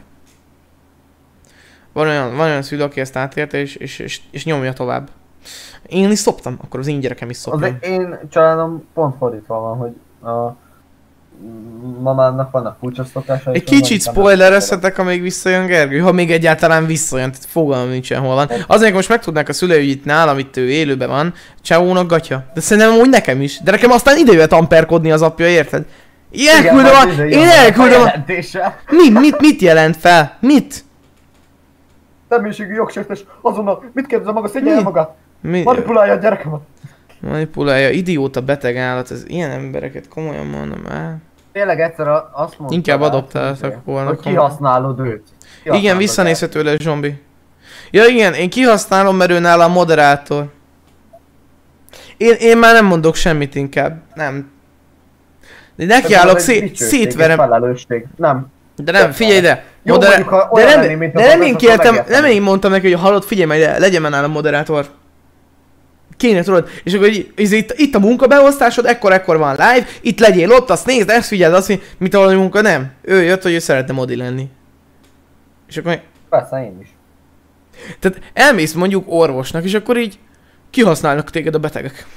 Van olyan, van olyan szülő, aki ezt átérte és, és, és, és nyomja tovább. Én is szoptam, akkor az én gyerekem is Az szopjon. én családom pont fordítva van, hogy a mamának vannak furcsa szokása. Egy kicsit spoilerezhetek, amíg visszajön Gergő, ha még egyáltalán visszajön, tehát fogalmam nincsen hol van. Azért most megtudnák a szülői, hogy itt nálam, itt ő élőben van, Csáónak gatya. De szerintem amúgy nekem is. De nekem aztán ide jött amperkodni az apja, érted? Én elküldöm a... Én elküldöm a... jelentése. Mi, mit, mit jelent fel? Mit? Személyiségű jogsértés, azonnal mit kérdezem maga, szedje el Mi? magát. Mi? Manipulálja a gyerekemet. Manipulálja, idióta beteg állat, ez ilyen embereket komolyan mondom el. Tényleg egyszer a- azt mondta. Inkább rá, adoptáltak hogy- volna Hogy komolyan. kihasználod őt. Kihasználod Igen, a visszanézhető lesz zombi. Ja igen, én kihasználom, mert ő nála a moderátor. Én, én már nem mondok semmit inkább, nem. De gyereket. nekiállok, Ez egy szét, dicsőség, egy szétverem. Felelősség. Nem. De nem, figyelj ide! Jó, Moder- mondjuk, ha de olyan nem, lenné, mint a de nem én professzor, kértem, megértem. nem én mondtam neki, hogy hallod, figyelj majd, legyen már nálam moderátor. Kéne tudod, és akkor így, így, itt, itt a munkabeosztásod, ekkor-ekkor van live, itt legyél ott, azt nézd, ezt figyeld, azt figyeld, mint a valami munka, nem. Ő jött, hogy ő szeretne modi lenni. És akkor meg, Persze, én is. tehát elmész mondjuk orvosnak, és akkor így kihasználnak téged a betegek.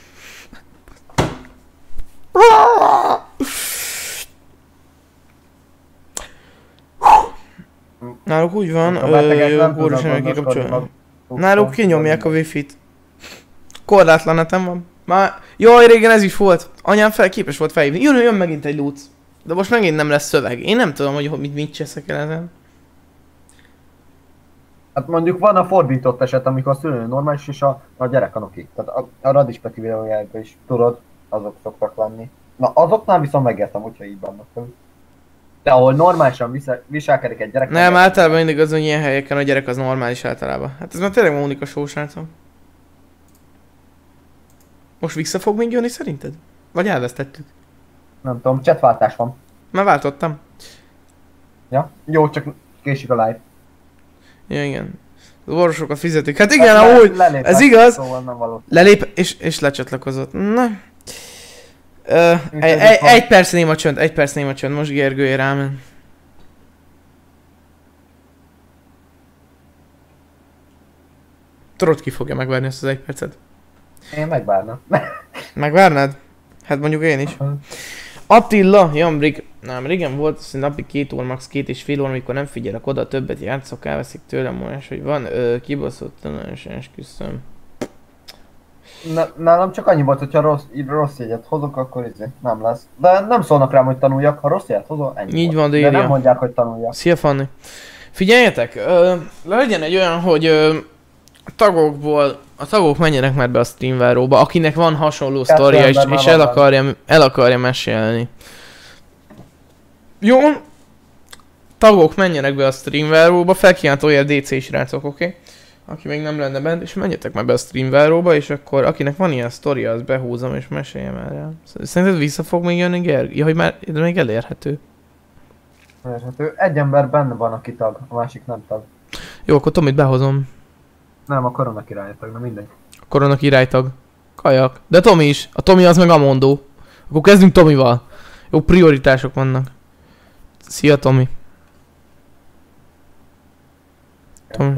Náluk úgy van, A betegek nem jó, sem tudnak kikapcsolni. gondoskodni magukról. Náluk kinyomják a wifi-t. Korlátlan netem van. Már, jaj, régen ez is volt. Anyám fel, képes volt felhívni. Jön, jön megint egy lúc. De most megint nem lesz szöveg. Én nem tudom, hogy mit, mit cseszek el ezen. Hát mondjuk van a fordított eset, amikor a szülő normális és a, a gyerek a noki. Tehát a, a Radispeti videójában is tudod, azok szoktak lenni. Na azoknál viszont megértem, hogyha így vannak. De ahol normálisan visel, viselkedik egy gyerek... Nem, általában mindig az, hogy ilyen helyeken a gyerek az normális általában. Hát ez már tényleg Mónika show, srácom. Most vissza fog még jönni szerinted? Vagy elvesztettük? Nem tudom, chatváltás van. Már váltottam. Ja? Jó, csak késik a live. Ja, igen. Az orvosokat fizetik. Hát igen, Hát le- amúgy, lelépett, ez igaz. Szóval nem való. Lelép és, és lecsatlakozott. Na. Ö, Mint egy, ez egy, itt van. egy perc néma csönd, egy perc néma csönd, most Gergője rámen. Tudod, ki fogja megvárni ezt az egy percet? Én megvárnám. Megvárnád? Hát mondjuk én is. Attila, Jambrik. Nem, régen volt, azt hiszem napi két óra, max. két és fél óra, amikor nem figyelek oda, többet játszok, elveszik tőlem mondás, hogy van, ö, kibaszott tanácsa, esküszöm. Na, nálam csak annyi volt, hogyha rossz, rossz jegyet hozok, akkor izé, nem lesz. De nem szólnak rám, hogy tanuljak, ha rossz jegyet hozol, ennyi Így volt. van, De Délia. nem mondják, hogy tanuljak. Szia Fanni. Figyeljetek, ö, legyen egy olyan, hogy ö, a tagokból, a tagok menjenek már be a streamváróba, akinek van hasonló Kettő sztoria és, ember és már el, van akarja, el akarja mesélni. Jó? Tagok menjenek be a streamváróba, felkívántója a dé cé srácok, oké? Okay? Aki még nem lenne bent, és menjetek már be a streamváróba, és akkor akinek van ilyen sztoria, az behúzom és meséljem el rá. Szerinted vissza fog még jönni Gerg? Ja, hogy már de még elérhető. Érthető. Egy ember benne van, aki tag, a másik nem tag. Jó, akkor Tomit behozom. Nem, a korona királya tag, na mindegy. A korona királytag. Kajak. De Tomi is. A Tomi az meg Amondó. Akkor kezdünk Tomival. Jó prioritások vannak. Szia Tomi. Tomi.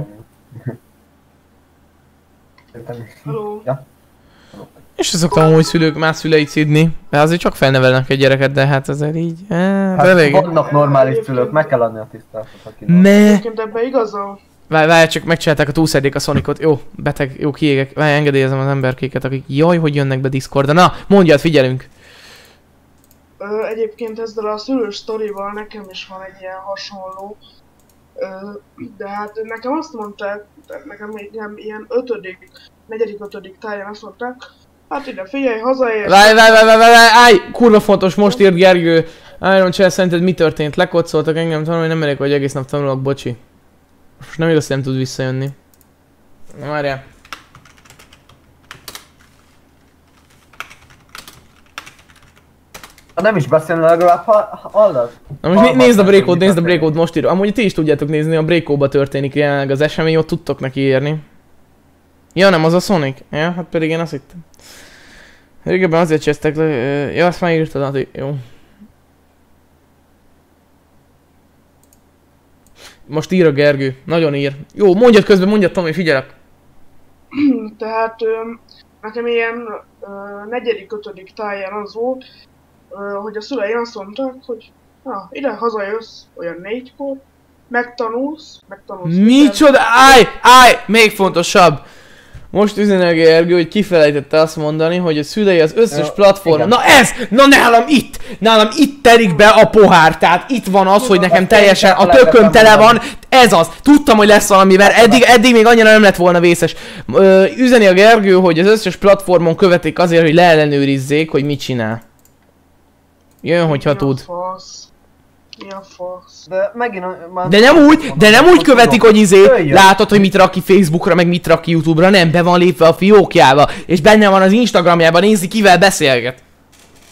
Hello. Ja. És szoktam amúgy szülők, más szüleit szidni. De azért csak felnevelnek egy gyereket, de hát azért így. Hát, Hát elég. vannak normális szülők, meg kell adni a tiszteletet, aki Me. Egyébként ebben igaza. Várj, várj, csak megcsinálták a túlszedék a Sonicot. Jó, beteg, jó kiégek. Várj, engedélyezem az emberkéket, akik jaj, hogy jönnek be Discordra. Na, mondjad, figyelünk. Ö, egyébként ezzel a szülős sztorival nekem is van egy ilyen hasonló. Ö, de hát nekem azt mondták, nekem még nem ilyen ötödik, negyedik, ötödik táján azt mondták, hát ide figyelj, hazaér. Várj, várj, várj, várj, várj, állj! Kurva fontos, most írt Gergő. Iron Chair, szerinted mi történt? Lekocoltak engem, tanulni, nem elég, hogy egész nap tanulok, bocsi. Most nem igaz, hogy nem tud visszajönni. Na várjál. Ha nem is beszélne, legalább ha- hallod? Na most né- nézd a breakót, mit nézd a történik. breakót, most írom. Amúgy ti is tudjátok nézni, a breakóba történik jelenleg az esemény, ott tudtok neki írni. Ja, nem az a Sonic? Ja, hát pedig én azt hittem. Régebben azért csesztek le, ö, ja, azt már írtad, hát jó. Most ír a Gergő, nagyon ír. Jó, mondjad közben, mondjad Tomi, figyelek. Tehát ö, nekem ilyen ö, negyedik, ötödik táján az volt, ö, hogy a szüleim azt mondták, hogy na, ide hazajössz olyan négykor, megtanulsz, megtanulsz. Micsoda? Állj, állj, még fontosabb. Most üzen a Gergő, hogy kifelejtette azt mondani, hogy a szülei az összes Ja, platformon. igen. Na ez! Na nálam itt! Nálam itt telik be a pohár, tehát itt van az, hogy nekem teljesen a tököm tele van. Ez az. Tudtam, hogy lesz valami, mert eddig, eddig még annyira nem lett volna vészes. Ö, üzeni a Gergő, hogy az összes platformon követik azért, hogy leellenőrizzék, hogy mit csinál. Jön, hogyha Mi a tud. fasz? Mi a fasz? De megint már... De nem úgy, de nem úgy követik, hogy izé, Jöjjön. látod, hogy mit rak ki Facebookra, meg mit rak ki YouTube-ra, nem, be van lépve a fiókjába, és benne van az Instagramjában, nézi kivel beszélget.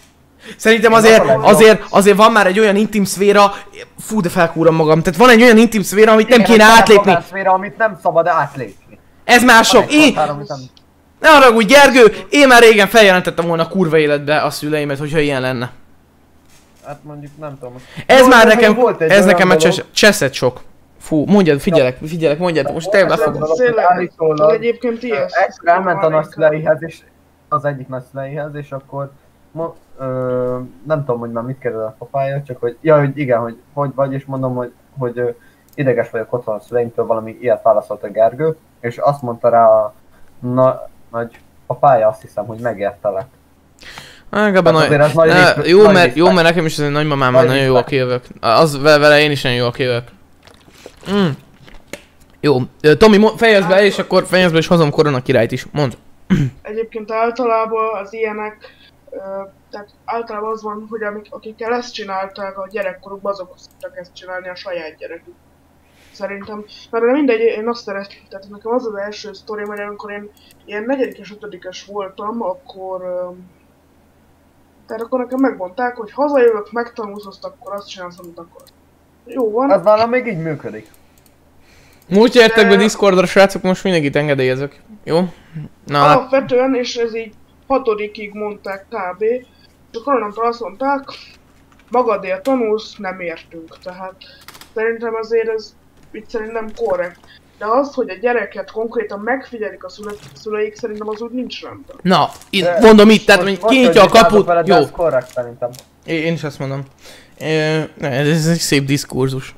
Szerintem azért, azért, azért van már egy olyan intim szféra, fú, de felkúrom magam, tehát van egy olyan intim szféra, amit nem kéne átlépni. Szféra, amit nem szabad átlépni. Ez már sok. Én... Ne haragudj, Gergő, én már régen feljelentettem volna a kurva életbe a szüleimet, hogyha ilyen lenne. Hát mondjuk nem tudom. Ez már nekem, ez nekem egy cseszett sok. Fú, mondjad, figyelek, figyelek, mondjad, most te befogom. Egyébként ilyen. Egyszer elment a nagyszüleihez, és az egyik nagyszüleihez, és akkor mo, ö, nem tudom, hogy már mit kérdez a papája, csak hogy, ja, hogy igen, hogy hogy vagy, és mondom, hogy, hogy ö, ideges vagyok otthon a szüleimtől, valami ilyet válaszolt a Gergő, és azt mondta rá a na, nagy papája, azt hiszem, hogy megértelek. Legalább nagy... nagy ne, rész, jó, nagy mert, rész, jó, mert nekem is az egy nagymamám van, nagyon jó a kijövök. Az vele én is nagyon jó a kijövök. Mm. Jó, Tomi, fejezd be, és akkor fejezd be, és hozom Korona királyt is. Mondd. Egyébként általában az ilyenek, tehát általában az van, hogy amik, akikkel ezt csinálták a gyerekkorukban, azok szoktak ezt csinálni a saját gyerekük. Szerintem, mert mindegy, én azt szeretem, tehát nekem az az első sztori, mert amikor én ilyen negyedikes, ötödikes voltam, akkor tehát akkor nekem megmondták, hogy hazajövök, megtanulsz azt, akkor azt csinálsz, amit akarsz. Jó van. Ez nálam még így működik. Most gyertek be Discordra, srácok, most mindenkit engedélyezek. Jó? Na, alapvetően, és ez így hatodikig mondták kb. És akkor onnantól azt mondták, magadért tanulsz, nem értünk. Tehát szerintem azért ez így szerintem korrekt. De az, hogy a gyereket konkrétan megfigyelik a szüleik, szerintem az úgy nincs rendben. Na, itt, mondom itt, tehát hogy kinyitja a kaput, veled, jó. Ez korrekt szerintem. Én, én is azt mondom. Ez egy szép diskurzus.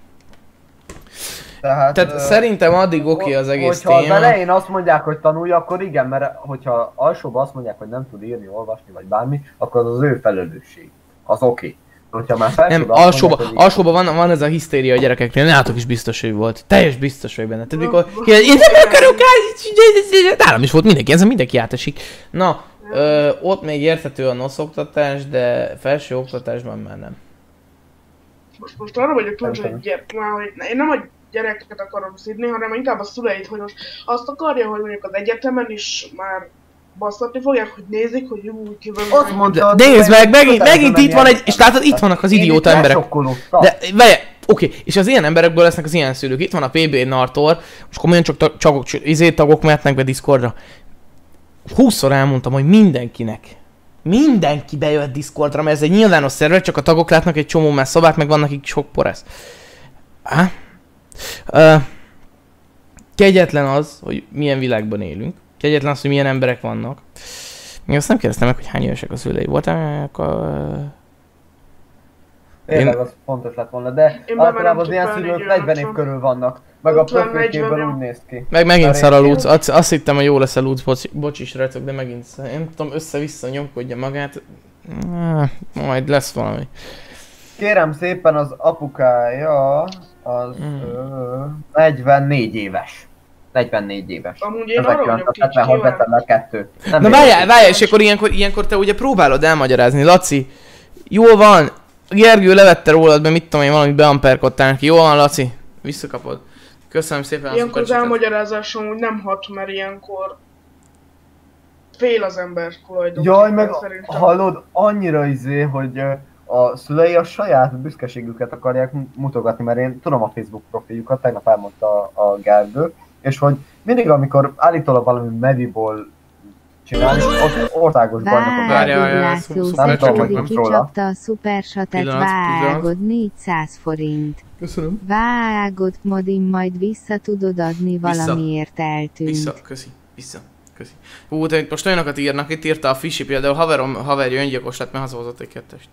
Tehát, Tehát ö, szerintem addig oké okay az egész hogyha téma. Hogyha az elején azt mondják, hogy tanulj, akkor igen, mert hogyha alsóban azt mondják, hogy nem tud írni, olvasni, vagy bármi, akkor az az ő felelősség. Az oké. Okay. Hogyha már nem, alsóba, alsóba van, van ez a hisztéria a gyerekeknél, nálatok is biztos, hogy volt. Teljes biztos vagy benne. Tehát mikor én nem akarok el, nálam is volt mindenki, ezen mindenki átesik. Na, ö, ott még érthető a noszoktatás, de felső oktatásban már nem. Most, most arra vagyok tudni, hogy, gyere, már, hogy én nem a gyerekeket akarom szidni, hanem inkább a szüleit, hogy most azt akarja, hogy mondjuk az egyetemen is már basszatni fogják, hogy nézik, hogy jó, kívül... De nézd meg, megint, megint itt van egy, és látod, itt vannak az idióta emberek. De, várj, oké, és az ilyen emberekből lesznek az ilyen szülők. Itt van a pé bé Nartor, most komolyan csak tag, csagok, izé tagok mehetnek be Discordra. húszszor elmondtam, hogy mindenkinek, mindenki bejöhet Discordra, mert ez egy nyilvános szerver, csak a tagok látnak egy csomó más szobát, meg vannak itt sok poresz. Há? Uh, kegyetlen az, hogy milyen világban élünk. Kegyetlen az, hogy milyen emberek vannak. Még azt nem kérdeztem meg, hogy hány évesek a szülei voltak. Tényleg az fontos lett volna, de általában az ilyen szülők negyven év körül vannak. Meg a profilképből úgy néz ki. Meg megint szar a Lúc. Azt, azt hittem, hogy jó lesz a Lúc, bocs, bocsis rajtok, de megint szar. Én nem tudom, össze-vissza nyomkodja magát. Majd lesz valami. Kérem szépen, az apukája az mm. ö, negyvennégy éves. negyvennégy éves. Amúgy én arra vagyok hetvenhat Na várjál, várjál, és akkor ilyenkor, ilyenkor te ugye próbálod elmagyarázni. Laci, jól van, Gergő levette rólad be, mit tudom én, valamit beamperkodtál neki. Jól van, Laci, visszakapod. Köszönöm szépen. Ilyenkor az elmagyarázásom úgy nem hat, mert ilyenkor fél az ember tulajdonképpen. Jaj, meg szerintem. Hallod, annyira izé, hogy a szülei a saját büszkeségüket akarják mutogatni, mert én tudom a Facebook profiljukat, tegnap elmondta a Gergő, és hogy mindig, amikor állítólag valami Mediból csinálni, ott országos bajnokok. Várjál, László Szekeri kicsapta a szupersatet, vágod négyszáz forint. Köszönöm. Vágod, Modin, majd vissza tudod adni, valamiért eltűnt. Vissza, köszi, vissza, köszi. Hú, te most olyanokat írnak, itt írta a Fisi például, haverom, haverja öngyilkos lett, mert hazahozott egy kettest.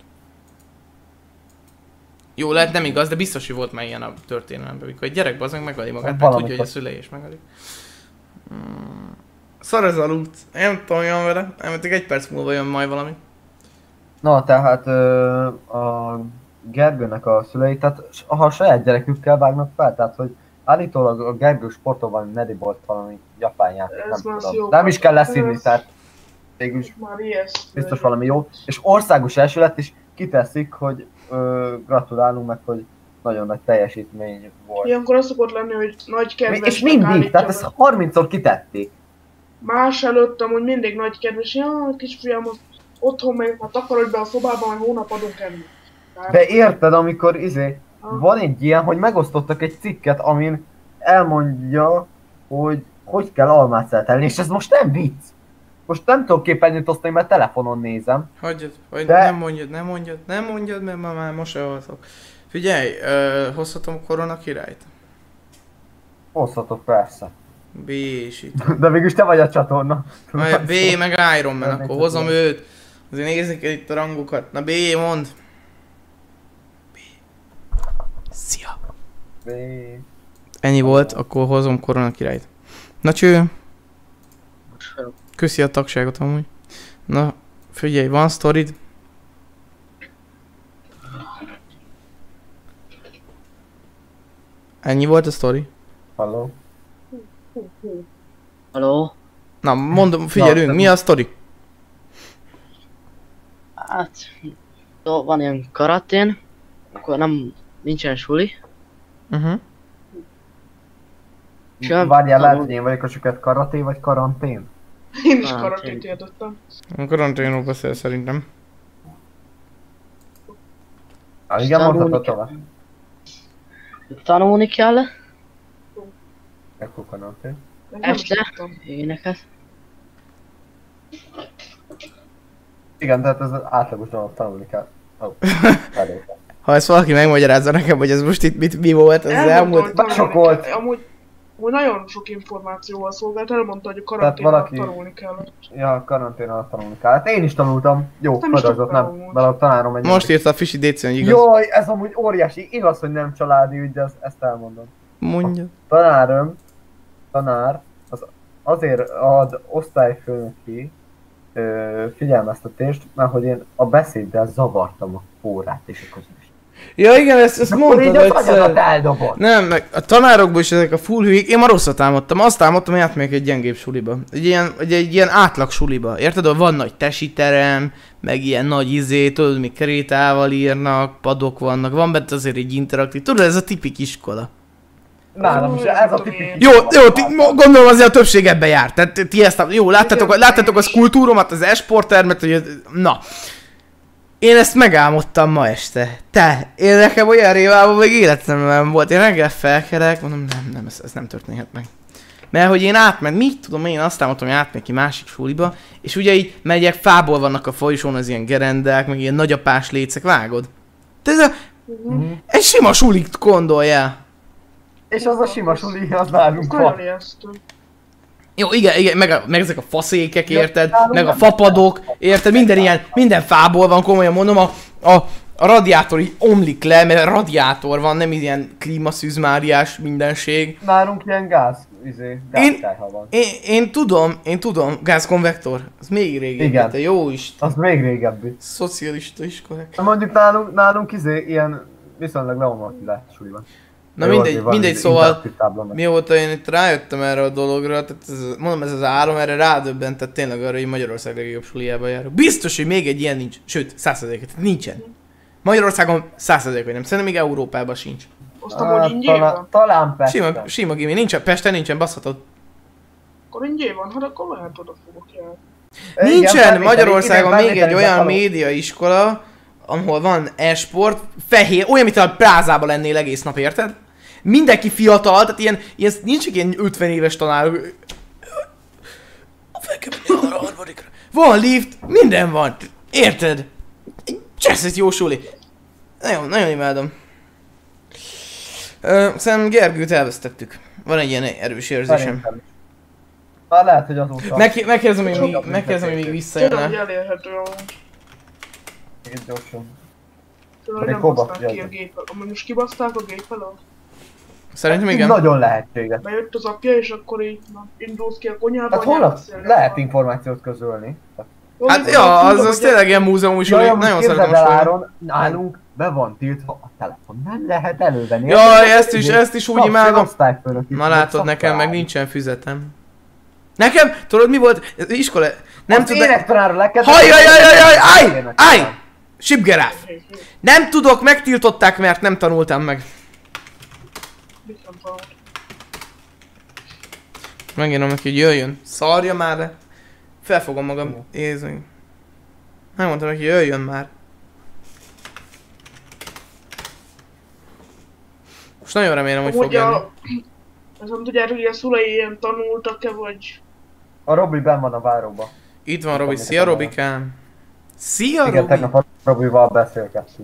Jó, lehet nem igaz, de biztos, hogy volt már ilyen a történelemben, amikor egy gyerek bazeg megöli magát, mert tudja, hogy a szülei is megöli. Hmm. Szar ez a loot. Én nem tudom, jön vele. Elmentek egy perc múlva jön majd valami. Na, tehát ö, a Gergőnek a szülei, tehát ha a saját gyerekükkel vágnak fel, tehát hogy állítólag a Gergő sportol valami Medibolt, valami japán játék, nem tudom. Nem is kell leszívni, tehát végülis biztos valami jó. És országos első lett, és kiteszik, hogy ö, gratulálunk meg, hogy nagyon nagy teljesítmény volt. Ilyenkor az szokott lenni, hogy nagy kedves. És mindig, tehát ezt harmincszor kitették. Más előttem, hogy mindig nagy kedves, ja, kisfiam, otthon még, ha takarodj be a szobában, hogy hónap adunk enni. Tehát, De érted, amikor izé, Ah. van egy ilyen, hogy megosztottak egy cikket, amin elmondja, hogy hogy kell almát szeltelni, és ez most nem vicc. Most nem tudok képernyőt osztani, mert telefonon nézem. Hagyjad, hogy De- nem mondjad, nem mondjad, nem mondjad, mert ma már most elhaltok. Figyelj, ö, hozhatom a Korona királyt? Hozhatok persze. Bésít. De mégis te vagy a csatorna. Majd B meg Iron Man, akkor hozom őt. Azért nézzük kell itt a rangokat. Na B, mondd. B. Szia. Bé- Ennyi volt, akkor hozom Korona királyt. Na cső. Köszi a tagságot amúgy. Na, figyelj, van sztorid? Ennyi volt a sztori? Halló? Haló? Na, mondom, figyelünk, Na, mi a sztori? Hát, jó, van ilyen karatén, akkor nem, nincsen suli. Uh-huh. Sem Várjál, lehet, tanul- hogy én vagyok a süket karaté vagy karantén? Én is Ah, karatét tényleg. értettem. A karanténról beszél szerintem. Ah, igen, Tanulni mondhatod kell. tovább. Tanulni kell, Ekkor karantén. Meg nem is este, tudtam. éneket. Igen, tehát ez átlagos dolog, tanulni kell. Oh, elég. Ha ezt valaki megmagyarázza nekem, hogy ez most itt mit, mi volt, az Elmondta, elmúlt... hogy tanulni sok kell. volt. Amúgy, amúgy nagyon sok információval szolgált, elmondta, hogy a Tehát karanténban valaki- tanulni kell. Ja, karantén alatt tanulni kell. Hát én is tanultam. Jó, Nem is feladat, tudtam nem. amúgy. Bele a tanárom egy Most írta a Fisi Déci, hogy igaz. Jaj, ez amúgy óriási. Igaz, hogy nem családi ügy, de ezt, ezt elmondom. Mondja. Tanárom, tanár, az azért ad osztályfőnöki ö, figyelmeztetést, mert hogy én a beszéddel zavartam a órát és a közös. Ja igen, ezt, ezt Akkor így mondtad az agyadat egyszer. eldobod. Nem, meg a tanárokból is ezek a full hülyék, én már rosszat álmodtam. Azt álmodtam, hogy átmegyek egy gyengébb suliba. Egy ilyen, egy, egy ilyen átlag suliba. Érted? Ahol van nagy tesiterem, meg ilyen nagy izé, tudod, mi kerétával írnak, padok vannak, van benne azért egy interaktív. Tudod, ez a tipik iskola. Nálam is, ez a tipik. Jó, jó, ti, gondolom azért a többség ebbe járt. Tehát ti ezt, jó, láttátok, láttátok a szkultúromat, az e-sporttermet, hogy na. Én ezt megálmodtam ma este. Te, én nekem olyan rémálom még életemben volt. Én reggel felkelek, mondom, nem, nem, ez, ez nem történhet meg. Mert hogy én átment, mit tudom én, azt álmodtam, hogy átmegyek ki másik suliba, és ugye így megyek, fából vannak a folyosón az ilyen gerendák, meg ilyen nagyapás lécek, vágod? De ez a, Mhm. egy sima sulit gondoljál. És az a sima suli, az nálunk Nagyon van. ijesztő. Jó, igen, igen, meg, a, meg ezek a faszékek, Ja, érted? nálunk Meg a nem. fapadok, érted? Minden ilyen, minden fából van, komolyan mondom, a, a, a radiátor így omlik le, mert radiátor van, nem ilyen klímaszűzmáriás mindenség. Nálunk ilyen gáz, izé, gázkályha van. Én, én tudom, én tudom, gázkonvektor, az még régebbi, Igen. te jó Isten. Az még régebbi. Szocialista iskolák. Mondjuk nálunk, nálunk izé, ilyen viszonylag leomlatizált suli van. Na Jó, mindegy, azért van mindegy, izé szóval interaktív tábla meg. mióta én itt rájöttem erre a dologra, tehát ez, mondom, ez az álom, erre rádöbbentett tényleg arra, hogy Magyarország legjobb suliába járok. Biztos, hogy még egy ilyen nincs, sőt, száz százalék, tehát nincsen. Magyarországon száz százalék, vagy nem, szerintem még Európában sincs. Azt amúgy Hát, ingyé talán, van. talán Pesten. Sima, sima gimi, nincsen, Pesten nincsen, baszhatod. Akkor ingyé van, hát akkor lehet oda fogok járni. Igen, Nincsen felvételi- Magyarországon igen, még egy felvételi olyan behalom. médiaiskola, ahol van e-sport, fehér, olyan, mint a plázában lennél egész nap, érted? Mindenki fiatal, tehát ilyen, ilyen nincs ilyen ötven éves tanárok. Fel kell menni arra a harmadikra. Van lift, minden van, érted? Csesz, egy jó suli. Nagyon, nagyon imádom. Ö, Szerintem Gergőt elvesztettük. Van egy ilyen erős érzésem. Szerintem is. Már lehet, hogy azóta... Meg, megkérdezem, hogy még, Sokat megkérdezem, hogy még Tényleg, visszajönne. hogy elérhető amúgy. Egész gyorsan. Tényleg Még nem hova baszták ki a figyelj. gép elől. Amúgy most kibaszták a gép elől? Szerintem igen. Nagyon lehetséges. Bejött az apja, és akkor így na, indulsz ki a konyhába. Hát holnap lehet információt közölni. Hát ja, az, az tényleg ilyen múzeumi suli, Jaj, nagyon most szeretem képzeld a el, suli. Áron, nálunk be van tiltva a telefon. Nem lehet elővenni. Jaj, ezt is, ezt is úgy imádom. Osztályfőnök is, Na látod, vagy nekem meg szaktalány. nincsen füzetem. Nekem, tudod mi volt? Ez iskola... Nem Az tudod... énektanára leked... Hajjajajajajaj! Állj! Állj! Sipgeráf! Nem tudok, megtiltották, mert nem tanultam meg. Mit nem tanult? Megírom neki, hogy jöjjön. Szarja már le. Felfogom magam. Érzem. Megmondtam neki, jöjjön már. Most nagyon remélem, hogy fog jönni. Ezt nem tudjátok, hogy a szülei ilyen tanultak-e, vagy... A Robi benn van a váróba. Itt van Robi, szia Robikám! Szia Igen, Robi! tegnap a Robival beszélgettünk.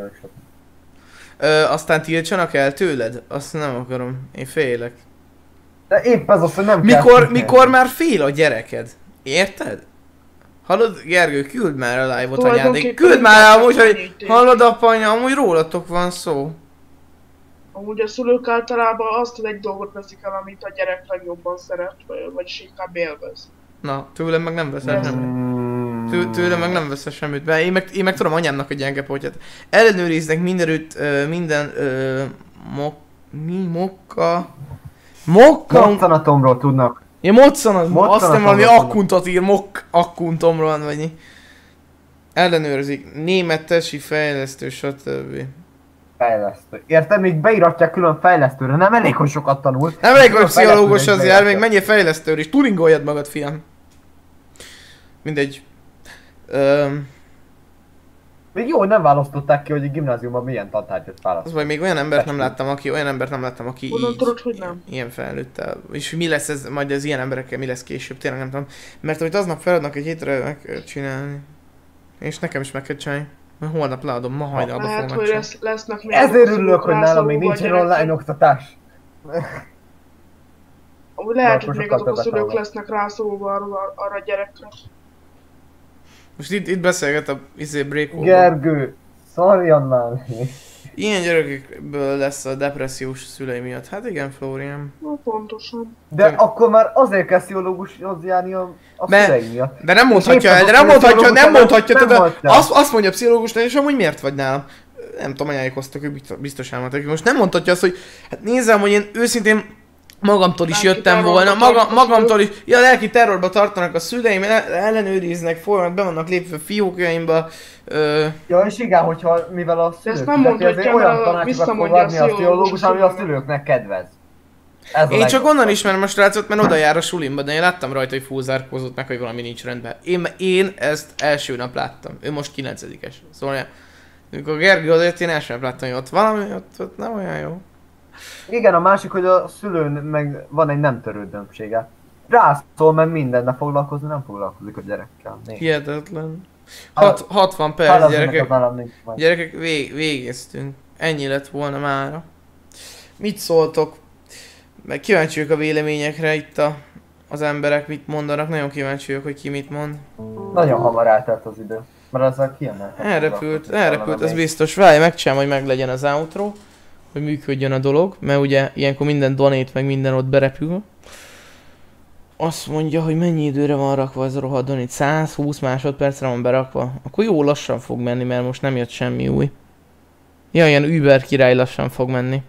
Ö, aztán tiltsanak el tőled? Azt nem akarom. Én félek. De épp ez az, hogy nem Mikor, kell mikor már fél a gyereked? Érted? Hallod, Gergő, küld már a live-ot anyádék. Küld már amúgy, hogy hallod apanya, amúgy rólatok van szó. Amúgy a szülők általában azt az egy dolgot veszik el, amit a gyerek legjobban szeret, vagy, vagyis inkább élvez. Na, tőlem meg nem veszel semmit. Tő, tőlem meg nem veszel semmit, mert én meg, én meg tudom anyámnak a gyenge pontját. Ellenőriznek mindenütt, ö, minden, ö, mok, mi, mokka... Mokka... Moccanatomról tudnak. Ja, moccanatom, azt nem valami tudnak. akkuntot ír, mok, akkuntomról, vagy... Ellenőrzik, németesi fejlesztő, stb. Fejlesztő. Érted? Még beiratják külön fejlesztőre, nem elég, hogy sokat tanult. Nem elég, hogy pszichológus az jár, még menjél fejlesztőre is, turingoljad magad, fiam. Mindegy. Öm... Még jó, hogy nem választották ki, hogy a gimnáziumban milyen tantárgyat választ. Az vagy még olyan embert nem láttam, aki, olyan embert nem láttam, aki Honnan így, tudod, hogy nem? ilyen felnőttel. És mi lesz ez, majd az ilyen emberekkel, mi lesz később, tényleg nem tudom. Mert hogy aznap feladnak egy hétre meg kell csinálni. És nekem is meg kell csinálni. Mert holnap leadom, ma hajnalba fogom Lehet, hogy megcsinálni. lesz, lesznek még... Ezért örülök, hogy nálam még nincsen online oktatás. Amúgy lehet, akkor hogy még sokkal azok a többet szülők hallok. lesznek rászorulva arra, arra a gyerekre. Most itt, itt beszélget a izé breakóban. Gergő, szarjan már. Ilyen gyerekekből lesz a depressziós szülei miatt. Hát igen, Florian. Na, pontosan. De Te- akkor már azért kell pszichológushoz járni a, a Mert- szülei miatt. De nem mondhatja épp el, az de a nem mondhatja, pszichológus nem nem- mondhatja, nem tudod, mondja. azt, azt mondja a pszichológusnak, és amúgy miért vagy nálam? Nem tudom, anyáik hoztak, ők biztos- biztos elmondták. Most nem mondhatja azt, hogy hát nézzem, hogy én őszintén magamtól is Lelki jöttem terrorba volna, maga, tartanak a magamtól is, ja, lelki terrorba tartanak a szüleim, el- ellenőriznek, folyamatosan be vannak lépve a fiókjaimba. Ö, Ja, és igen, hogyha mivel a szülők ezt nem fizeti, mondhatja, ezért olyan mert tanácsokat fog visszamondja a adni a pszichológus, ami a pszichológus. szülőknek kedvez. Ez a Én csak legjobb. onnan ismerem a srácot, mert oda jár a sulimba, de én láttam rajta, hogy fúzárkózott meg, hogy valami nincs rendben. Én, én ezt első nap láttam, ő most kilencedikes. Szóval, amikor Gergő odajött, én első nap láttam, hogy ott valami, ott, ott nem olyan jó. Igen, a másik, hogy a szülőn meg van egy nem törődömsége. Rászól, mert mindennel foglalkozni, nem foglalkozik a gyerekkel. Nézd. Hihetetlen. Hat, hatvan perc, Feladatnak gyerekek. az állam nincs meg. Gyerekek, vég, végeztünk. Ennyi lett volna mára. Mit szóltok? Meg kíváncsi vagyok a véleményekre itt a, az emberek mit mondanak. Nagyon kíváncsi vagyok, hogy ki mit mond. Nagyon hamar eltelt az idő. Mert ezzel kiemelt. Elrepült, elrepült, ez biztos. Várj, megcsinálom, hogy meglegyen az outro. Hogy működjön a dolog. Mert ugye ilyenkor minden donate meg minden ott berepül. Azt mondja, hogy mennyi időre van rakva ez a rohadt donate. száz húsz másodpercre van berakva. Akkor jó lassan fog menni, mert most nem jött semmi új. Ja, ilyen Uber király lassan fog menni.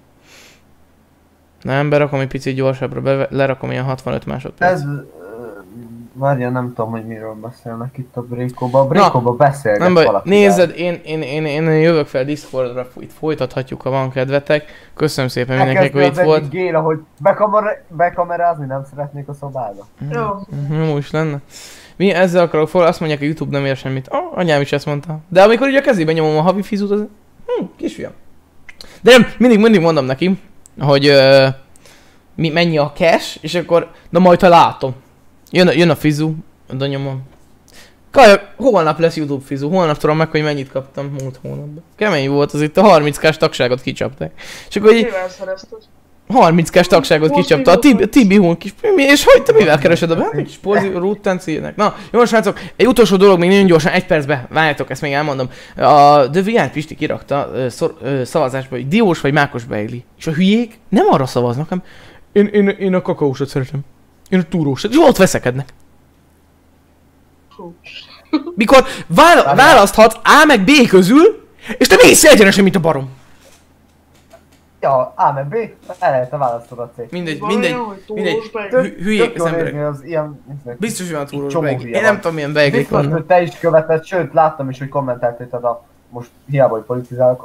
Nem, berakom egy picit gyorsabbra, be, lerakom ilyen hatvanöt másodperc. Ez... Várja, nem tudom, hogy miről beszélnek itt a Brékóba. A Brékóba beszélget Nem baj, valaki. nézed, én, én, én, én jövök fel Discordra, itt folytathatjuk, ha van kedvetek. Köszönöm szépen mindenkinek, hogy itt volt. volt. Géla, hogy bekamer- bekamerázni nem szeretnék a szobába. Jó. Jó is lenne. Mi ezzel akarok fel, azt mondják, a YouTube nem ér semmit. Ah, anyám is ezt mondta. De amikor ugye a kezében nyomom a havi fizut, az... Hm, kisfiam. De nem, mindig, mindig mondom neki, hogy ö, mi, mennyi a cash, és akkor, na majd ha látom. Jön a, jön a fizu, oda nyomom. Kaja, holnap lesz YouTube fizu, holnap tudom meg, hogy mennyit kaptam múlt hónapban. Kemény volt, az itt a harminckás tagságot kicsapták. És akkor így Mivel szerezted? harminckás tagságot Most kicsapta a így volt, Tibi, Tibi hún kis, mi, és hogy te mivel keresed a be? Kis porzi, rúttánc ilyenek. Na, jó srácok, egy utolsó dolog még nagyon gyorsan, egy percbe, várjátok, ezt még elmondom. A The vé i Pisti kirakta ö, szor, ö, szavazásba, hogy diós vagy mákos beigli. És a hülyék nem arra szavaznak, hanem én, én, én a kakaósat szeretem. Én a túrósat. És ott veszekednek. Fú. Mikor vála- választhatsz A meg B közül, és te mész egyenesen, mint a barom. Ja, A meg B, el lehet választod a C. Mindegy, Van mindegy, olyan, hogy mindegy. túlós beigli? Hü- Hülyék Tök jó az emberek. nézni az ilyen... Biztos, hogy van túlós Csomó beigli. hülye Én nem van. tudom, milyen beiglik Biztos, vannak. hogy te is követed, sőt láttam is, hogy kommenteltéted a... Most hiába, hogy politizálok, a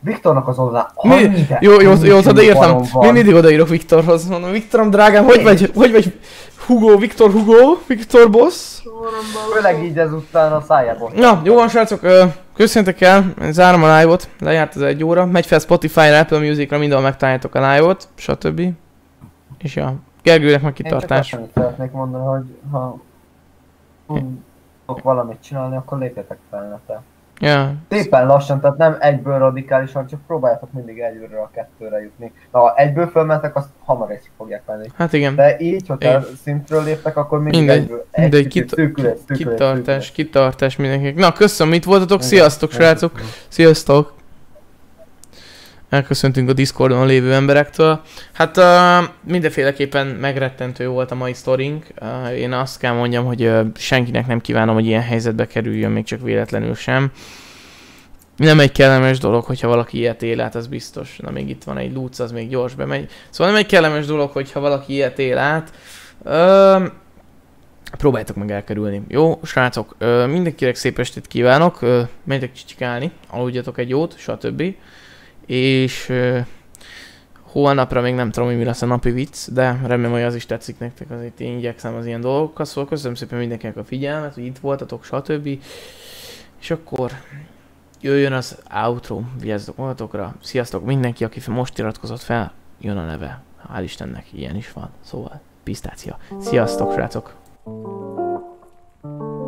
Viktornak az oldalán Mi? annyi de Jó, jó, jó, annyi de értem. barom van. Én mindig odaírok Viktorhoz. Mondom, Viktorom drágám, hogy vagy, hogy vagy Hugo, Viktor Hugo, Viktor boss? Főleg így ezután a szájából. Na, jó van srácok, ö, köszöntek el, zárom a live-ot, lejárt az egy óra, megy fel Spotify-ra, Apple Music-ra, mindenhol megtaláljátok a live-ot, stb. És ja, Gergőnek meg kitartás. Én csak azt szeretnék mondani, hogy ha tudok valamit csinálni, akkor lépjetek fel netre. Ja. Szépen lassan, tehát nem egyből radikálisan, csak próbáljátok mindig egyről a kettőre jutni. Na, ha egyből fölmentek, azt hamar észre fogják venni. Hát igen. De így, hogyha Én... szintről léptek, akkor mindig mindegy, egyből. Egy mindegy, kicsit kit... szűkület, szűkület, kitartás, szűkület. kitartás mindenkinek. Na, köszönöm, itt voltatok, sziasztok srácok, sziasztok. Elköszöntünk a Discordon lévő emberektől. Hát uh, mindenféleképpen megrettentő volt a mai sztorink. Uh, én azt kell mondjam, hogy uh, senkinek nem kívánom, hogy ilyen helyzetbe kerüljön, még csak véletlenül sem. Nem egy kellemes dolog, hogyha valaki ilyet él át, az biztos. Na, még itt van egy lúc, az még gyors bemegy. Szóval nem egy kellemes dolog, hogyha valaki ilyet él át. Uh, próbáljátok meg elkerülni. Jó, srácok, uh, mindenkinek szép estét kívánok. Uh, menjetek csicsikálni, aludjatok egy jót, stb. És uh, holnapra még nem tudom, hogy mi lesz a napi vicc, de remélem, hogy az is tetszik nektek, azért én igyekszem az ilyen dolgokat, szóval köszönöm szépen mindenkinek a figyelmet, hogy itt voltatok, stb. És akkor jöjjön az outro, vigyázzatok magatokra, sziasztok mindenki, aki most iratkozott fel, jön a neve, hál' Istennek, ilyen is van, szóval pisztácia. Sziasztok, srácok!